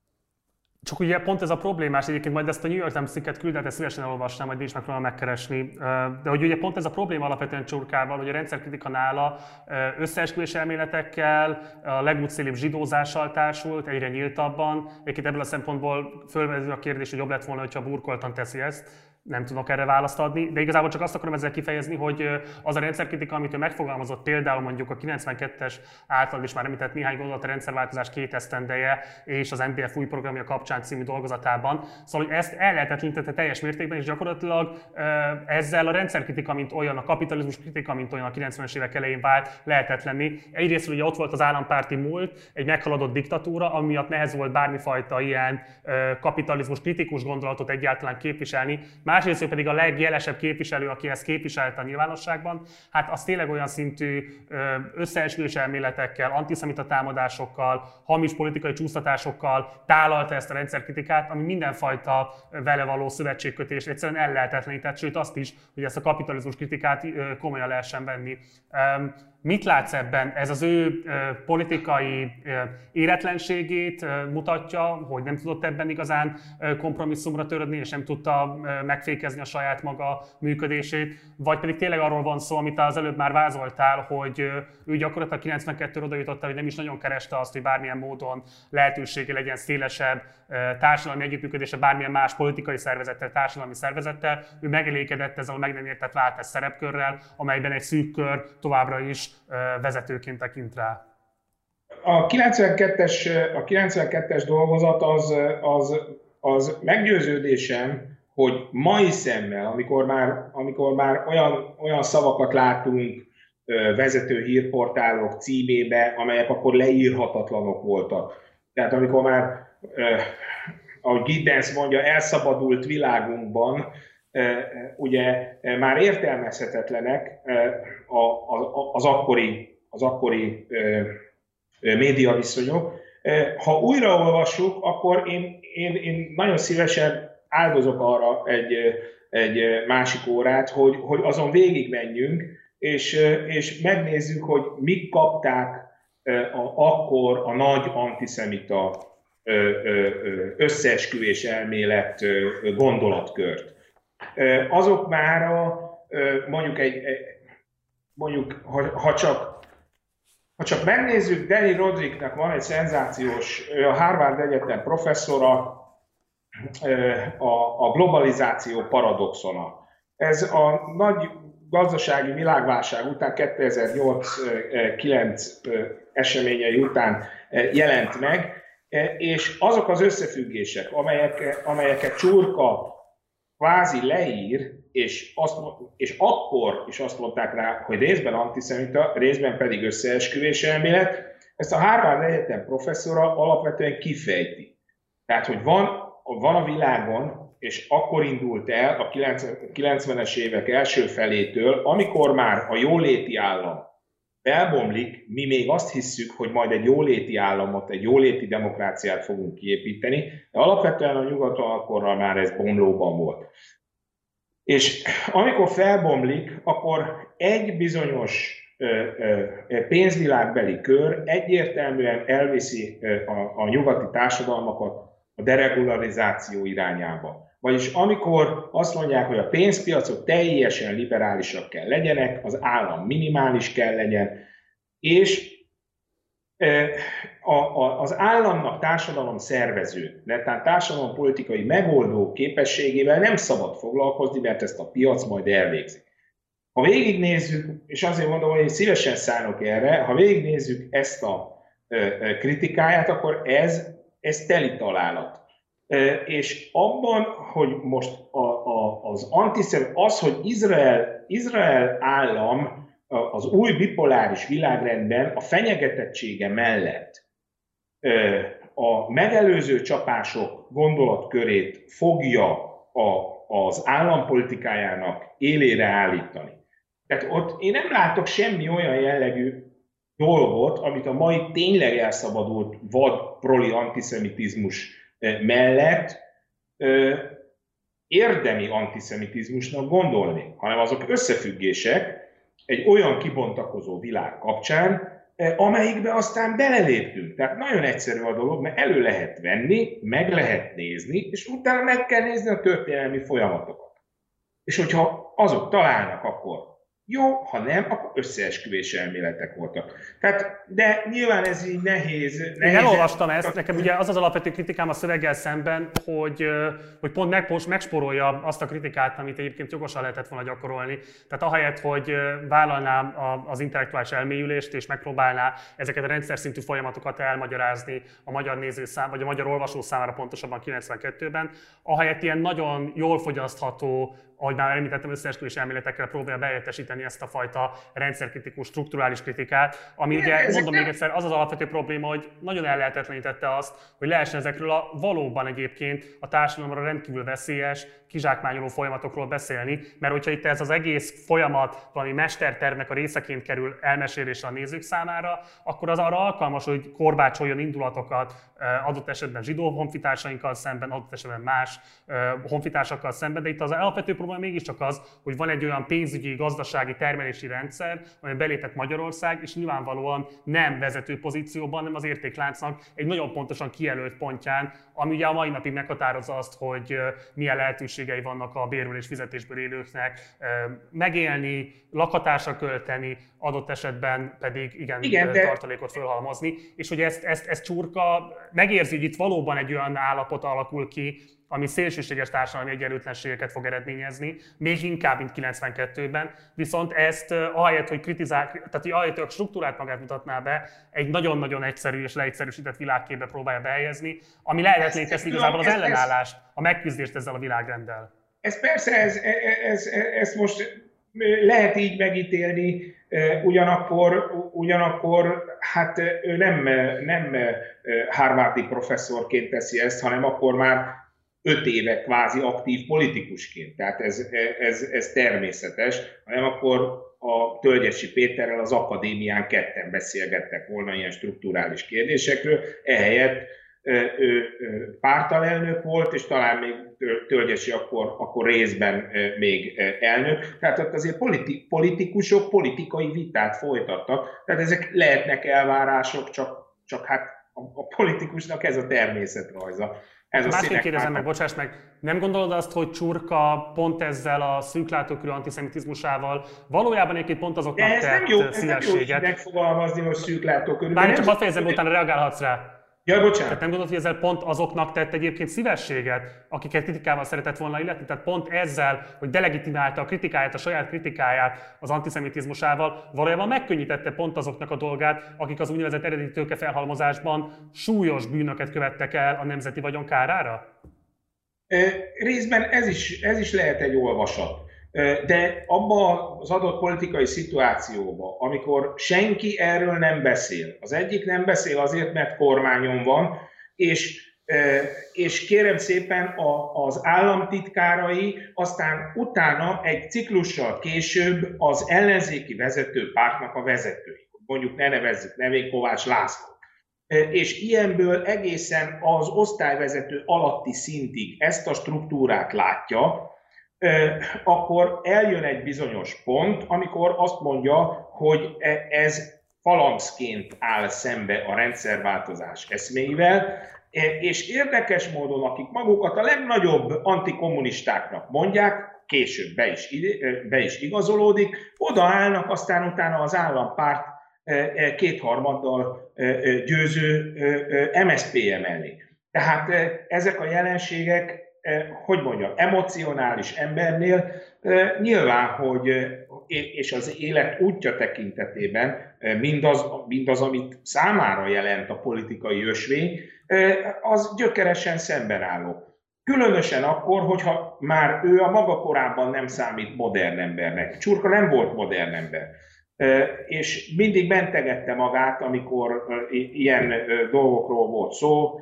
Csak ugye pont ez a problémás, egyébként majd ezt a New York Times cikket küldhet, ezt szívesen elolvasnám, majd is megpróbálom megkeresni. De hogy ugye pont ez a probléma alapvetően Csurkával, hogy a rendszerkritika nála összeesküvés elméletekkel, a legútszélibb zsidózással társult, egyre nyíltabban. Egyébként ebből a szempontból fölvető a kérdés, hogy jobb lett volna, hogyha burkoltan teszi ezt. Nem tudok erre választ adni, de igazából csak azt akarom ezzel kifejezni, hogy az a rendszerkritika, amit ő megfogalmazott, például mondjuk a 92-es által is már említett néhány gondolat a rendszerváltozás 2 esztendeje és az MDF új programja kapcsán című dolgozatában. Szóval, hogy ezt ellehetetlenítette teljes mértékben, és gyakorlatilag ezzel a rendszerkritika, mint olyan, a kapitalizmus kritika, mint olyan a 90-es évek elején vált lehetetlenné. Egyrészt ugye ott volt az állampárti múlt, egy meghaladott diktatúra, ami miatt nehéz volt bármifajta ilyen kapitalizmus kritikus gondolatot egyáltalán képviselni. Másrészt pedig a legjelesebb képviselő, aki ezt képviselte a nyilvánosságban, hát az tényleg olyan szintű összeesküvés elméletekkel, antiszemita támadásokkal, hamis politikai csúsztatásokkal tálalta ezt a rendszerkritikát, ami mindenfajta vele való szövetségkötés egyszerűen ellehetetlenített, sőt azt is, hogy ezt a kapitalizmus kritikát komolyan lehessen venni. Mit látsz ebben? Ez az ő politikai éretlenségét mutatja, hogy nem tudott ebben igazán kompromisszumra törődni, és nem tudta megfékezni a saját maga működését, vagy pedig tényleg arról van szó, amit az előbb már vázoltál, hogy ő gyakorlatilag 92-re oda jutott el, hogy nem is nagyon kereste azt, hogy bármilyen módon lehetősége legyen szélesebb társadalmi együttműködése bármilyen más politikai szervezettel, társadalmi szervezettel. Ő megelégedett ezzel a meg nem értett váltás szerepkörrel, amelyben egy szűk kör továbbra is vezetőként tekint rá. A 92-es dolgozat az meggyőződésem, hogy mai szemmel, amikor már olyan szavakat látunk vezető hírportálok címébe, amelyek akkor leírhatatlanok voltak. Tehát amikor már, ahogy Giddens mondja, elszabadult világunkban, ugye már értelmezhetetlenek az akkori médiaviszonyok. Ha újraolvassuk, akkor én nagyon szívesen áldozok arra egy másik órát, hogy azon végigmenjünk, és megnézzük, hogy mik kapták akkor a nagy antiszemita összeesküvés elmélet gondolatkört. Azok már mondjuk ha csak megnézzük, Danny Rodericknek van egy szenzációs, a Harvard Egyetem professzora, a globalizáció paradoxona. Ez a nagy gazdasági világválság után, 2008-9 eseményei után jelent meg, és azok az összefüggések, amelyeket Csurka kvázi leír, és akkor is azt mondták rá, hogy részben antiszemita, részben pedig összeesküvés elmélet, ezt a Harvard Egyetem professzora alapvetően kifejti. Tehát, hogy van a világon, és akkor indult el a 90-es évek első felétől, amikor már a jóléti állam elbomlik, mi még azt hisszük, hogy majd egy jóléti államot, egy jóléti demokráciát fogunk kiépíteni, de alapvetően a nyugaton akkorral már ez bomlóban volt. És amikor felbomlik, akkor egy bizonyos pénzvilágbeli kör egyértelműen elviszi a nyugati társadalmakat a deregularizáció irányába. Vagyis amikor azt mondják, hogy a pénzpiacok teljesen liberálisak kell legyenek, az állam minimális kell legyen, és az államnak társadalom szervező, tehát társadalompolitikai megoldó képességével nem szabad foglalkozni, mert ezt a piac majd elvégzi. Ha végignézzük, és azért mondom, hogy én szívesen szállok erre, ha végignézzük ezt a kritikáját, akkor ez teli találat. És abban, hogy most az, hogy Izrael állam az új bipoláris világrendben a fenyegetettsége mellett a megelőző csapások gondolatkörét fogja az állampolitikájának élére állítani. Tehát ott én nem látok semmi olyan jellegű dolgot, amit a mai tényleg elszabadult vad proli antiszemitizmus mellett érdemi antiszemitizmusnak gondolni, hanem azok összefüggések egy olyan kibontakozó világ kapcsán, amelyikbe aztán beleléptünk. Tehát nagyon egyszerű a dolog, mert elő lehet venni, meg lehet nézni, és utána meg kell nézni a történelmi folyamatokat. És hogyha azok találnak, akkor jó, ha nem, akkor összeesküvés elméletek voltak. Tehát, de nyilván ez így nehéz. Én elolvastam ezt, nekem ugye az alapvető kritikám a szöveggel szemben, hogy pont megspórolja azt a kritikát, amit egyébként jogosan lehetett volna gyakorolni. Tehát ahelyett, hogy vállalná az intellektuális elmélyülést, és megpróbálná ezeket a rendszer szintű folyamatokat elmagyarázni a magyar néző vagy a magyar olvasó számára pontosabban 92-ben, ahelyett ilyen nagyon jól fogyasztható, ahogy már említettem, összeesküvés elméletekkel próbálja behelyettesíteni ezt a fajta rendszerkritikus, strukturális kritikát, ami ugye, mondom még egyszer, az az alapvető probléma, hogy nagyon ellehetetlenítette azt, hogy lehessen ezekről a valóban egyébként a társadalomra rendkívül veszélyes, kizsákmányoló folyamatokról beszélni, mert hogyha itt ez az egész folyamat valami mestertervnek a részeként kerül elmesélésre a nézők számára, akkor az arra alkalmas, hogy korbácsoljon indulatokat adott esetben zsidó honfitársainkkal szemben, adott esetben más honfitársakkal szemben, de itt az alapvető probléma mégiscsak az, hogy van egy olyan pénzügyi, gazdasági, termelési rendszer, amely belépett Magyarország, és nyilvánvalóan nem vezető pozícióban, hanem az értékláncnak egy nagyon pontosan kijelölt pontján, ami ugye a mai napig meghatározza azt, hogy milyen lehetőségei vannak a bérről és fizetésből élőknek megélni, lakhatásra költeni, adott esetben pedig igen tartalékot fölhalmozni, és hogy ezt Csurka megérzi, hogy itt valóban egy olyan állapot alakul ki, ami szélsőséges társadalmi egyenlőtlenségeket fog eredményezni, még inkább, mint 92-ben, viszont ezt ahelyett, hogy tehát ahelyett, hogy a struktúrát magát mutatná be, egy nagyon-nagyon egyszerű és leegyszerűsített világképbe próbálja behelyezni, ami lehetetlené teszi igazából az ellenállást, a megküzdést ezzel a világrenddel. Ez persze, ez most lehet így megítélni, ugyanakkor hát ő nem Harvardi professzorként teszi ezt, hanem akkor már 5 éve kvázi aktív politikusként, tehát ez természetes, hanem akkor a Tölgyesi Péterrel az akadémián ketten beszélgettek volna ilyen strukturális kérdésekről, ehelyett ő pártalelnök volt, és talán még Tölgyesi akkor részben még elnök. Tehát ott azért politikusok politikai vitát folytattak, tehát ezek lehetnek elvárások, csak hát a politikusnak ez a természetrajza. Másként kérdezem meg, bocsáss meg, nem gondolod azt, hogy Csurka pont ezzel a szűklátókörű antiszemitizmusával valójában egyébként pont azoknak tett szívességet? Ez nem jó megfogalmazni, hogy szűklátókörű. Bármi csak hadd fejezem, utána reagálhatsz rá. Ja, bocsánat. Tehát nem gondolod, hogy ezzel pont azoknak tett egyébként szívességet, akiket kritikával szeretett volna illetni? Tehát pont ezzel, hogy delegitimálta a kritikáját, a saját kritikáját az antiszemitizmusával, valójában megkönnyítette pont azoknak a dolgát, akik az úgynevezett eredeti tőkefelhalmozásban súlyos bűnöket követtek el a nemzeti vagyon kárára? Részben ez is lehet egy olvasat. De abban az adott politikai szituációban, amikor senki erről nem beszél, az egyik nem beszél azért, mert kormányon van, és kérem szépen az államtitkárai aztán utána egy ciklussal később az ellenzéki vezető pártnak a vezetői. Mondjuk ne nevezzük nevén Kovács László. És ilyenből egészen az osztályvezető alatti szintig ezt a struktúrát látja, akkor eljön egy bizonyos pont, amikor azt mondja, hogy ez falangszként áll szembe a rendszerváltozás eszméivel, és érdekes módon, akik magukat a legnagyobb antikommunistáknak mondják, később be is igazolódik, odaállnak aztán utána az állampárt kétharmaddal győző MSZP-je mellé. Tehát ezek a jelenségek hogy mondjam, emocionális embernél nyilván, hogy és az élet útja tekintetében mindaz, amit számára jelent a politikai ösvény, az gyökeresen szembenálló. Különösen akkor, hogyha már ő a maga korában nem számít modern embernek. Csurka nem volt modern ember. És mindig mentegette magát, amikor ilyen dolgokról volt szó,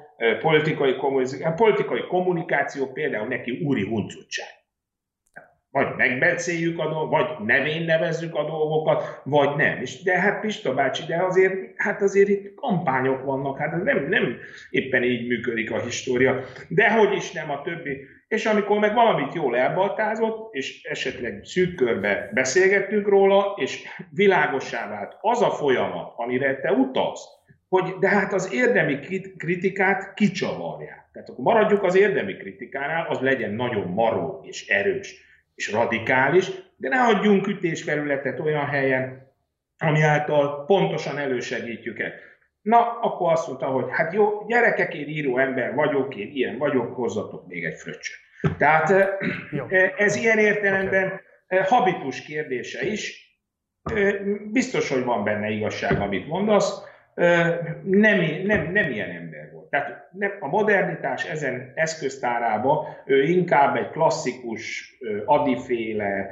politikai kommunikáció például neki úri huncutság. Vagy megbeszéljük a dolgokat, vagy nevén nevezzük a dolgokat, vagy nem. De hát Pista bácsi, de azért itt kampányok vannak, hát nem éppen így működik a história. Dehogy is nem a többi. És amikor meg valamit jól elbaltázott, és esetleg szűk körbe beszélgettünk róla, és világossá vált az a folyamat, amire te utalsz, hogy de hát az érdemi kritikát kicsavarják. Tehát akkor maradjuk az érdemi kritikánál, az legyen nagyon maró és erős és radikális, de ne adjunk ütésfelületet olyan helyen, ami által pontosan elősegítjük ezt. Na, akkor azt mondta, hogy hát jó, gyerekek, én író ember vagyok, én ilyen vagyok, hozzatok még egy fröccsöt. Tehát ez ilyen értelemben habitus kérdése is. Biztos, hogy van benne igazság, amit mondasz. Nem ilyen ember volt. Tehát a modernitás ezen eszköztárába ő inkább egy klasszikus, Ady-féle,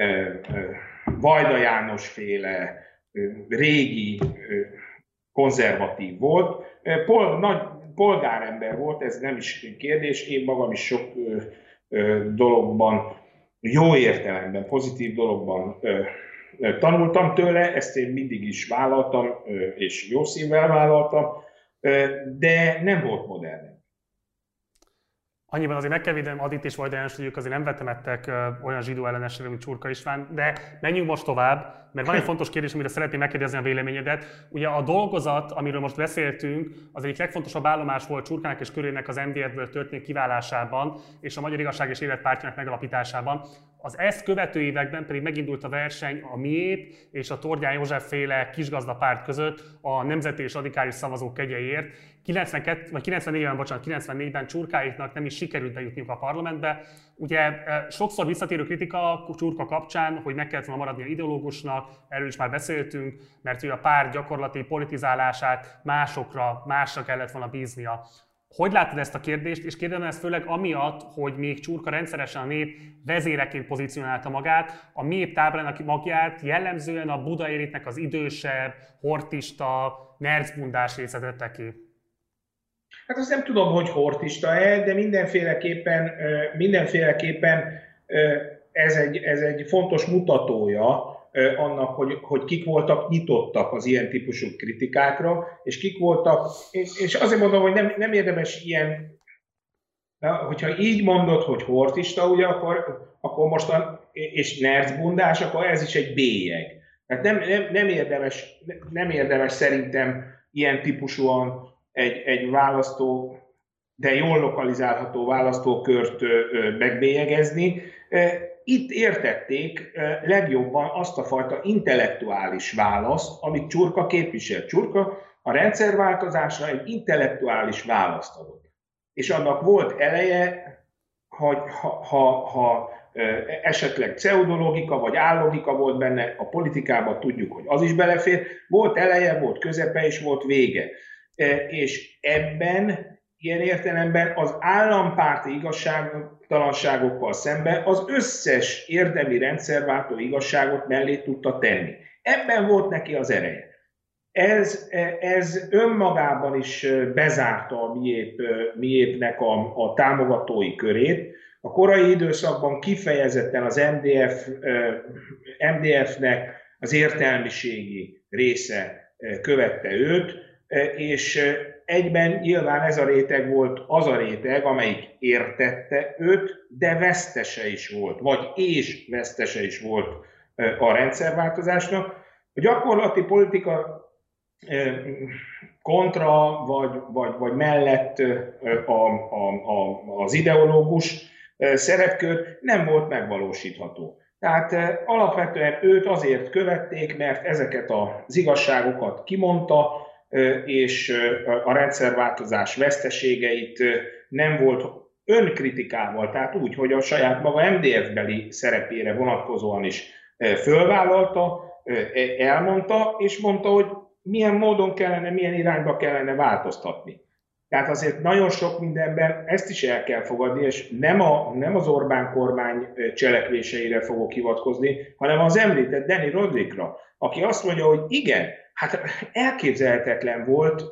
Vajda János-féle, régi, konzervatív volt. Nagy polgárember volt, ez nem is kérdés. Én magam is sok dologban, jó értelemben, pozitív dologban tanultam tőle, ezt én mindig is vállaltam, és jó szívvel vállaltam, de nem volt modern. Annyiban azért meg kell védenem Adyt és Vajda Jánost, hogy ők azért nem vetemettek olyan zsidó ellenességre, mint Csurka István, de menjünk most tovább, mert van egy fontos kérdés, amire szeretném megkérdezni a véleményedet. Ugye a dolgozat, amiről most beszéltünk, az egyik legfontosabb állomás volt Csurkának és körének az MDF-ből történő kiválásában és a Magyar Igazság és Élet pártjának megalapításában. Az ezt követő években pedig megindult a verseny a miép és a Tordján József féle kisgazdapárt között a nemzeti és radikális szavazók kegyeiért. 94-ben Csurkáéknak nem is sikerült bejutniuk a parlamentbe. Ugye sokszor visszatérő kritika a Csurka kapcsán, hogy meg kellett volna maradnia ideológusnak, erről is már beszéltünk, mert ő a párt gyakorlati politizálását másra kellett volna bíznia. Hogy látod ezt a kérdést, és kérdezem ezt főleg amiatt, hogy még Csurka rendszeresen a nép vezéreként pozícionálta magát, a miép táblának magját jellemzően a budai elitnek az idősebb, hortista, nercbundás része tette ki. Hát azt nem tudom, hogy hortista-e, de mindenféleképpen ez egy fontos mutatója annak, hogy kik voltak nyitottak az ilyen típusú kritikákra, és kik voltak, és azért mondom, hogy nem érdemes ilyen, hogyha így mondod, hogy hortista, ugye, akkor mostan, és nercbundás, akkor ez is egy bélyeg. Tehát nem érdemes szerintem ilyen típusúan egy választó, de jól lokalizálható választókört megbélyegezni. Itt értették legjobban azt a fajta intellektuális választ, amit Csurka képvisel. Csurka a rendszerváltozásra egy intellektuális választ adott. És annak volt eleje, hogy ha esetleg pseudologika vagy állogika volt benne, a politikában tudjuk, hogy az is belefér, volt eleje, volt közepe és volt vége. És ebben, ilyen értelemben az állampárti igazságtalanságokkal szemben az összes érdemi rendszerváltó igazságot mellé tudta tenni. Ebben volt neki az ereje. Ez önmagában is bezárta a miépnek a támogatói körét. A korai időszakban kifejezetten az MDF-nek az értelmiségi része követte őt, és egyben nyilván ez a réteg volt az a réteg, amelyik értette őt, de vesztese is volt, és vesztese is volt a rendszerváltozásnak. A gyakorlati politika kontra vagy mellett az ideológus szerepkör nem volt megvalósítható. Tehát alapvetően őt azért követték, mert ezeket az igazságokat kimondta, és a rendszerváltozás veszteségeit nem volt önkritikával, tehát úgy, hogy a saját maga MDF-beli szerepére vonatkozóan is fölvállalta, elmondta, és mondta, hogy milyen módon kellene, milyen irányba kellene változtatni. Tehát azért nagyon sok mindenben ezt is el kell fogadni, és nem az Orbán kormány cselekvéseire fogok hivatkozni, hanem az említett Dani Rodrikra, aki azt mondja, hogy igen, hát elképzelhetetlen volt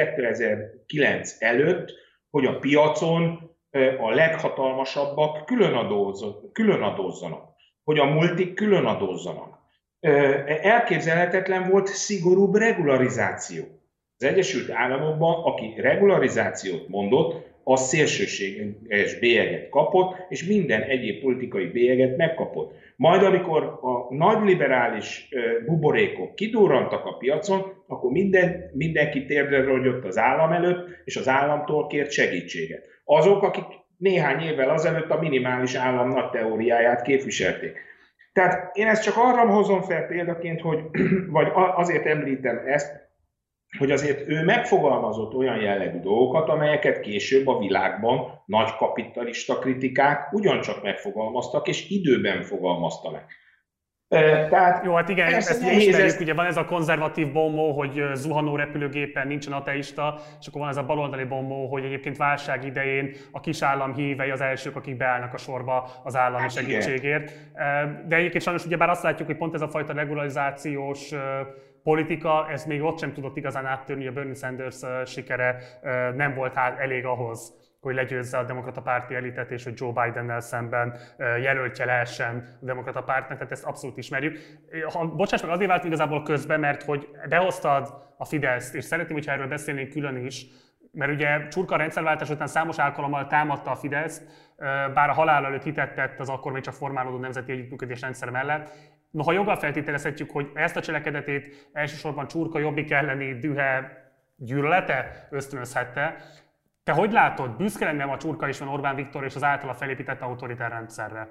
2009 előtt, hogy a piacon a leghatalmasabbak külön adózzanak, hogy a multik külön adózzanak. Elképzelhetetlen volt szigorúbb regularizáció. Az Egyesült Államokban, aki regularizációt mondott, az szélsőséges bélyeget kapott, és minden egyéb politikai bélyeget megkapott. Majd amikor a nagy liberális buborékok kidurrantak a piacon, akkor mindenki térdre rogyott az állam előtt, és az államtól kért segítséget. Azok, akik néhány évvel azelőtt a minimális állam nagy teóriáját képviselték. Tehát én ezt csak arra hozom fel példaként, vagy azért említem ezt, hogy azért ő megfogalmazott olyan jellegű dolgokat, amelyeket később a világban nagy kapitalista kritikák ugyancsak megfogalmaztak, és időben fogalmazta meg. Tehát jó, hát igen, ezt ismerjük, ugye van ez a konzervatív bombó, hogy zuhanó repülőgépen nincsen ateista, és akkor van ez a baloldali bombó, hogy egyébként válság idején a kisállam hívei az elsők, akik beállnak a sorba az állami segítségért. De egyébként sajnos ugyebár azt látjuk, hogy pont ez a fajta regularizációs politika, ez még ott sem tudott igazán áttörni, a Bernie Sanders sikere nem volt elég ahhoz, hogy legyőzze a demokrata párti elitet, és hogy Joe Bidennel szemben jelöltje lehessen a demokrata pártnak, tehát ezt abszolút ismerjük. Bocsáss meg, azért váltunk igazából közben, mert hogy behoztad a Fideszt, és szeretném, hogyha erről beszélnénk külön is, mert ugye Csurka rendszerváltás után számos alkalommal támadta a Fideszt, bár a halál előtt hitet tett az akkor még csak formálódó nemzeti együttműködés rendszer mellett. Noha joggal feltételezhetjük, hogy ezt a cselekedetét elsősorban Csurka Jobbik elleni dühe, gyűlölete ösztönözhette. Te hogy látod, büszke lenne a Csurka is van Orbán Viktor és az általa felépített autoritár rendszerre?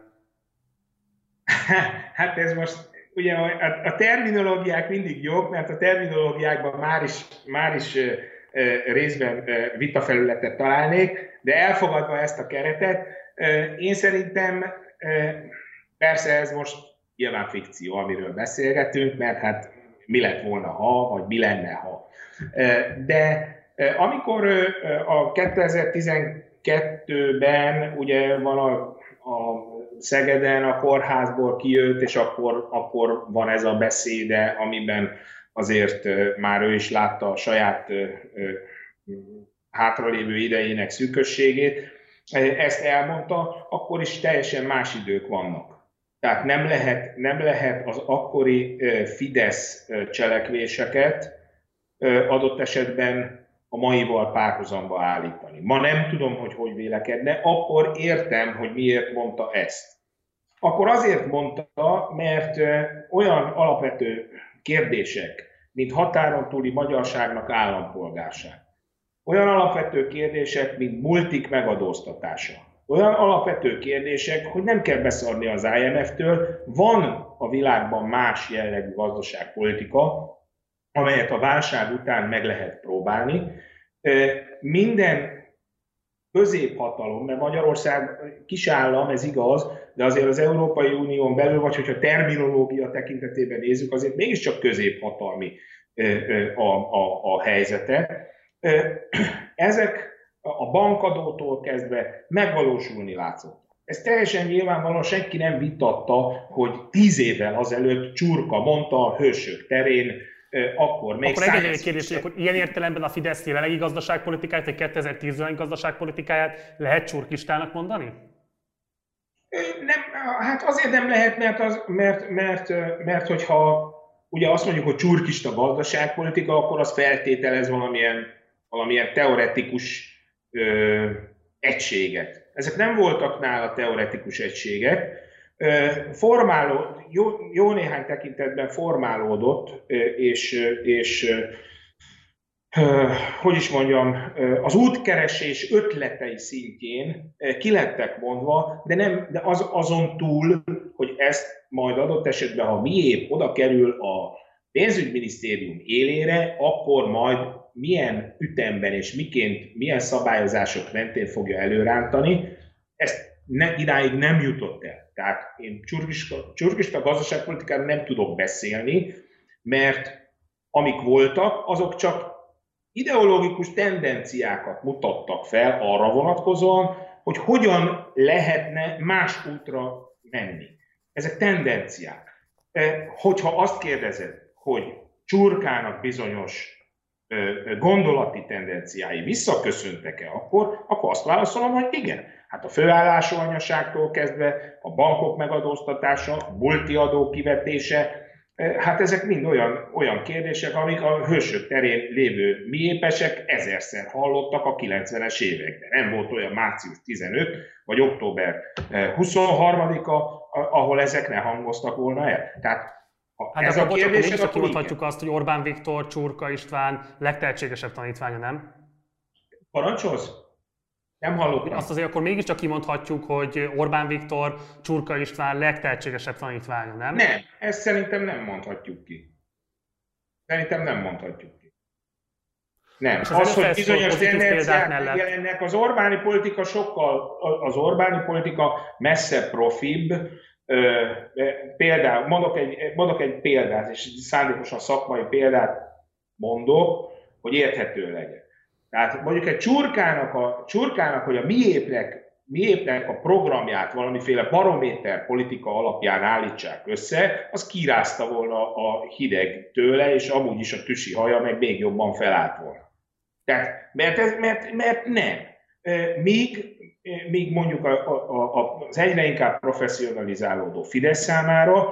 Hát ez most, ugye a terminológiák mindig jók, mert a terminológiákban már is részben vitafelületet találnék, de elfogadva ezt a keretet, én szerintem persze ez most nyilván fikció, amiről beszélgetünk, mert hát mi lett volna ha, vagy mi lenne ha. De amikor a 2012-ben ugye van a Szegeden a kórházból kijött, és akkor van ez a beszéde, amiben azért már ő is látta a saját hátralévő idejének szűkösségét, ezt elmondta, akkor is teljesen más idők vannak. Tehát nem lehet az akkori Fidesz cselekvéseket adott esetben a maival párhuzamba állítani. Ma nem tudom, hogy vélekedne, akkor értem, hogy miért mondta ezt. Akkor azért mondta, mert olyan alapvető kérdések, mint határon túli magyarságnak állampolgárság, olyan alapvető kérdések, mint multik megadóztatása, olyan alapvető kérdések, hogy nem kell beszarni az IMF-től, van a világban más jellegű gazdaságpolitika, amelyet a válság után meg lehet próbálni. Minden középhatalom, mert Magyarország kisállam, ez igaz, de azért az Európai Unión belül, vagy hogyha terminológia tekintetében nézzük, azért mégiscsak középhatalmi a helyzete. Ezek a bankadótól kezdve megvalósulni látszott. Ez teljesen nyilvánvalóan senki nem vitatta, hogy 10 évvel azelőtt Csurka mondta a Hősök terén, akkor még akkor egy kérdés, hogy akkor ilyen értelemben a Fidesz jelenlegi gazdaságpolitikáját, vagy 2010-ben gazdaságpolitikáját lehet csurkistának mondani? Nem, hát azért nem lehet, mert hogyha ugye azt mondjuk, hogy csurkista gazdaságpolitika, akkor az feltételez valamilyen teoretikus egységet. Ezek nem voltak nála teoretikus egységek. Jó néhány tekintetben formálódott, és hogy is mondjam, az útkeresés ötletei szintjén ki lettek mondva, de azon túl, hogy ezt majd adott esetben, ha miépp oda kerül a pénzügyminisztérium élére, akkor majd milyen ütemben és miként, milyen szabályozások mentén fogja előrántani, ezt idáig nem jutott el. Tehát én csurkista gazdaságpolitikáról nem tudok beszélni, mert amik voltak, azok csak ideológikus tendenciákat mutattak fel arra vonatkozóan, hogy hogyan lehetne más útra menni. Ezek tendenciák. Hogyha azt kérdezed, hogy Csurkának bizonyos gondolati tendenciái visszaköszöntek-e akkor azt válaszolom, hogy igen. Hát a főállású anyaságtól kezdve a bankok megadóztatása, a multiadó kivetése, hát ezek mind olyan kérdések, amik a hősök terén lévő miépesek ezerszer hallottak a 90-es években. Nem volt olyan március 15 vagy október 23-a, ahol ezek ne hangoztak volna el. Tehát hát ez a kérdés, akkor kimondhatjuk azt, hogy Orbán Viktor, Csurka István legtehetségesebb tanítványa, nem? Parancsolsz? Nem hallottam. Azt azért akkor mégiscsak kimondhatjuk, hogy Orbán Viktor, Csurka István legtehetségesebb tanítványa, nem? Nem, ezt szerintem nem mondhatjuk ki. Nem. Az, hogy bizonyos tendenciák megjelennek, az Orbáni politika messze profibb. Például, mondok egy példát, és szándékosan szakmai példát mondok, hogy érthető legyen. Tehát mondjuk egy Csurkának, hogy a miépnek a programját valamiféle barométer politika alapján állítsák össze, az kirázta volna a hideg tőle, és amúgy is a tüsi haja meg még jobban felállt volna. Tehát, mert nem. Míg mondjuk az egyre inkább professzionalizálódó Fidesz számára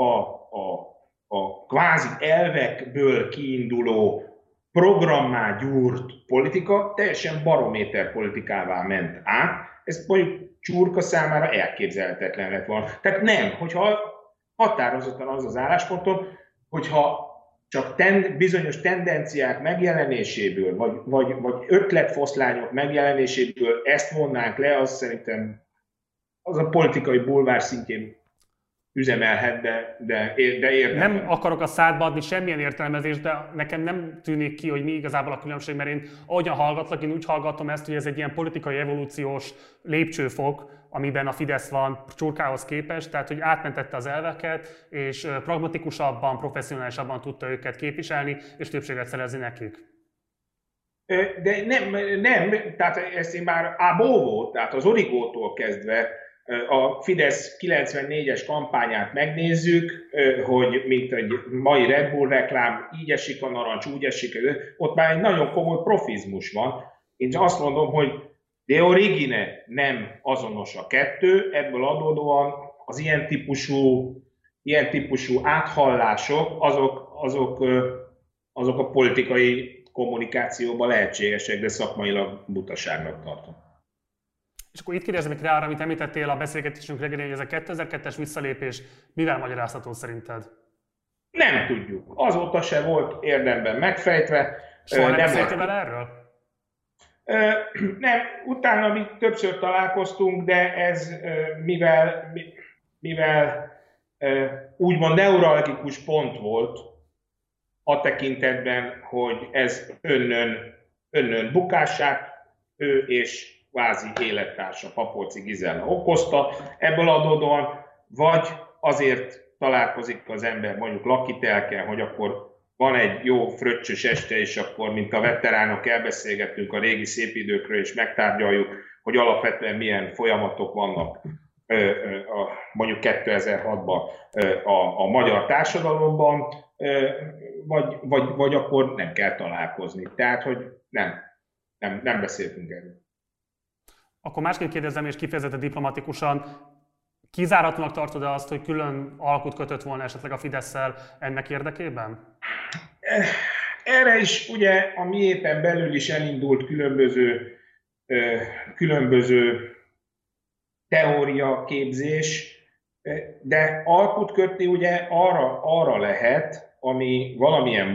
a kvázi elvekből kiinduló programmá gyúrt politika teljesen barométer politikává ment át. Ez mondjuk Csurka számára elképzelhetetlen lett volna. Tehát nem, hogyha határozottan az állásponton, hogyha csak bizonyos tendenciák megjelenéséből, vagy ötletfoszlányok megjelenéséből ezt vonnánk le, az szerintem az a politikai bulvár szintjén üzemelhet, de érdemel. Nem akarok a szádba adni semmilyen értelmezést, de nekem nem tűnik ki, hogy mi igazából a különbség, mert én ahogyan hallgatlak, én úgy hallgatom ezt, hogy ez egy ilyen politikai evolúciós lépcsőfok, amiben a Fidesz van Csurkához képest, tehát hogy átmentette az elveket, és pragmatikusabban, professzionálisabban tudta őket képviselni, és többséget szerezni nekik. De nem, tehát ezt én már Bóvó, tehát az Origótól kezdve a Fidesz 94-es kampányát megnézzük, hogy mint egy mai Red Bull reklám, így esik a narancs, úgy esik, ott már egy nagyon komoly profizmus van. Én azt mondom, hogy de origine nem azonos a kettő, ebből adódóan az ilyen típusú áthallások, azok a politikai kommunikációban lehetségesek, de szakmailag butaságnak tartom. És akkor itt kérdezem rá arra, amit említettél a beszélgetésünk reggelén, hogy ez a 2002-es visszalépés mivel magyarázható szerinted? Nem tudjuk. Azóta se volt érdemben megfejtve. Soha nem beszéltél vele erről? Nem, utána mi többször találkoztunk, de ez mivel úgymond neuralgikus pont volt a tekintetben, hogy ez önnön bukását ő és kvázi élettársa Papolczy Gizella okozta. Ebből adódóan vagy azért találkozik az ember mondjuk lakitelken, hogy akkor van egy jó fröccsös este, és akkor, mint a veteránok, elbeszélgettünk a régi szép időkről, és megtárgyaljuk, hogy alapvetően milyen folyamatok vannak mondjuk 2006-ban a magyar társadalomban, vagy akkor nem kell találkozni. Tehát, hogy nem beszéltünk erről. Akkor másképp kérdezem, és kifejezetten diplomatikusan, kizáratlanak tartod-e azt, hogy külön alkut kötött volna esetleg a Fidesszel ennek érdekében? Erre is ugye a miépen belül is elindult különböző teóriaképzés, de alkut kötni ugye arra lehet, ami valamilyen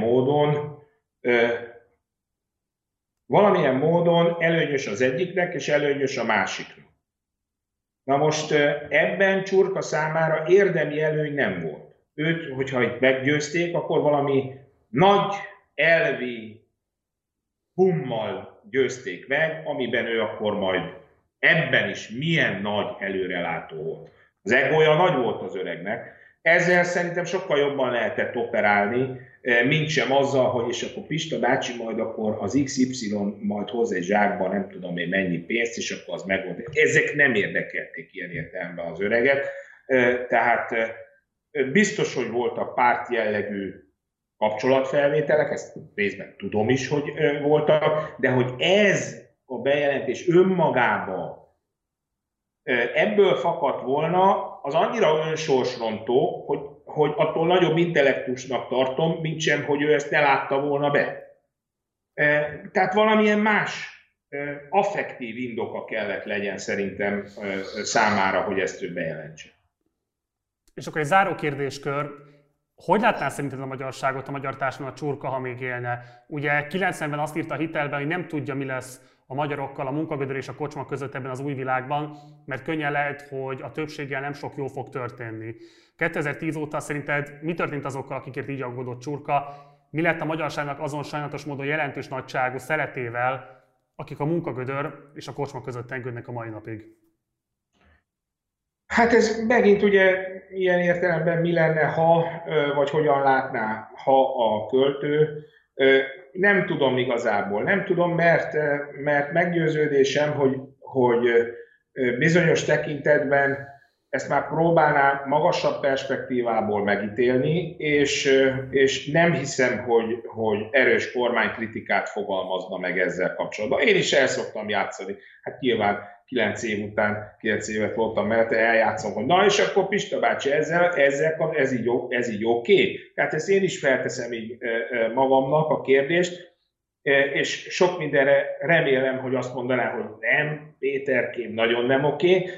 módon előnyös az egyiknek és előnyös a másiknak. Na most ebben Csurka számára érdemi előny nem volt. Őt, hogyha itt meggyőzték, akkor valami nagy elvi bummal győzték meg, amiben ő akkor majd ebben is milyen nagy előrelátó volt. Az egója nagy volt az öregnek, ezzel szerintem sokkal jobban lehetett operálni, mint sem azzal, hogy és akkor Pista bácsi majd akkor az XY majd hoz egy zsákba, nem tudom én mennyi pénzt, és akkor az megold. Ezek nem érdekelték ilyen értelemben az öreget, tehát biztos, hogy voltak pártjellegű kapcsolatfelvételek, ezt részben tudom is, hogy voltak, de hogy ez a bejelentés önmagában ebből fakadt volna, az annyira önsorsrontó, hogy attól nagyobb intellektusnak tartom, mint sem, hogy ő ezt ne látta volna be. Tehát valamilyen más affektív indoka kellett legyen szerintem számára, hogy ezt ő bejelentse. És akkor egy záró kérdéskör. Hogy látnál szerinted a magyarságot, a magyar társadalmat a Csurka, ha még élne? Ugye 90-ben azt írta a hitelben, hogy nem tudja, mi lesz a magyarokkal, a munkagödör és a kocsma között ebben az új világban, mert könnyen lehet, hogy a többséggel nem sok jó fog történni. 2010 óta szerinted mi történt azokkal, akikért így aggódott Csurka? Mi lett a magyarságnak azon sajnálatos módon jelentős nagyságú szeletével, akik a munkagödör és a kocsma között tengődnek a mai napig? Hát ez megint ugye ilyen értelemben mi lenne, ha, vagy hogyan látná, ha a költő. Nem tudom igazából, nem tudom, mert meggyőződésem, hogy bizonyos tekintetben ezt már próbálná magasabb perspektívából megítélni, és nem hiszem, hogy erős kormánykritikát fogalmazna meg ezzel kapcsolatban. Én is el szoktam játszani. Hát nyilván 9 év után, 9 évet voltam mellette, eljátszom, hogy na és akkor Pista bácsi, ez így oké? Tehát ezt én is felteszem így magamnak a kérdést, és sok mindenre remélem, hogy azt mondaná, hogy nem, Péterkém, nagyon nem oké,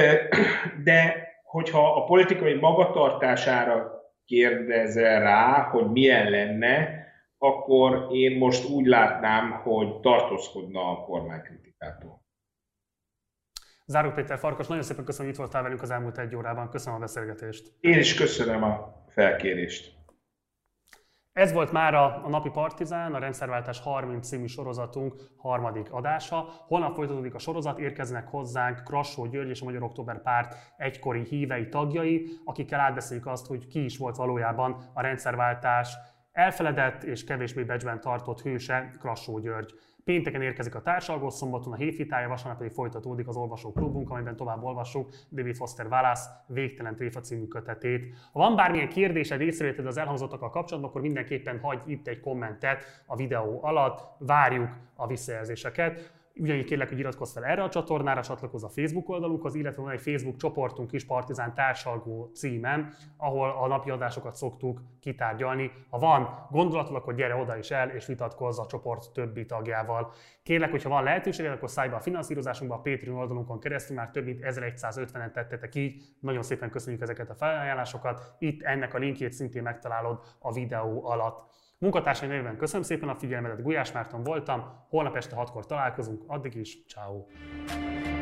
de hogyha a politikai magatartására kérdezel rá, hogy milyen lenne, akkor én most úgy látnám, hogy tartózkodna a kormánykritikától. Záró Péter, Farkas, nagyon szépen köszönöm, hogy itt voltál velünk az elmúlt 1 órában. Köszönöm a beszélgetést. Én is köszönöm a felkérést. Ez volt mára a Napi Partizán, a Rendszerváltás 30 című sorozatunk harmadik adása. Holnap folytatódik a sorozat, érkeznek hozzánk Krassó György és a Magyar Október Párt egykori hívei, tagjai, akikkel átbeszéljük azt, hogy ki is volt valójában a rendszerváltás elfeledett és kevésbé becsben tartott hőse, Krassó György. Pénteken érkezik a társalgó, szombaton a hétvitája, vasárnap pedig folytatódik az olvasóklubunk, amiben tovább olvassuk David Foster Wallace Végtelen tréfa című kötetét. Ha van bármilyen kérdésed, észrevételed az elhangzottakkal kapcsolatban, akkor mindenképpen hagyj itt egy kommentet a videó alatt, várjuk a visszajelzéseket. Ugyanígy kérlek, hogy iratkozz fel erre a csatornára, csatlakozz a Facebook oldalunkhoz, illetve van egy Facebook csoportunk is, Partizán Társalgó címen, ahol a napi adásokat szoktuk kitárgyalni. Ha van gondolatod, akkor gyere oda is el, és vitatkozz a csoport többi tagjával. Kérlek, hogyha van lehetőséged, akkor szállj be a finanszírozásunkba, a Patreon oldalunkon keresztül, már több mint 1150-en tettetek így. Nagyon szépen köszönjük ezeket a felajánlásokat. Itt ennek a linkjét szintén megtalálod a videó alatt. Munkatársaim nevében köszönöm szépen a figyelmedet, Gulyás Márton voltam, holnap este 6-kor találkozunk, addig is, ciao.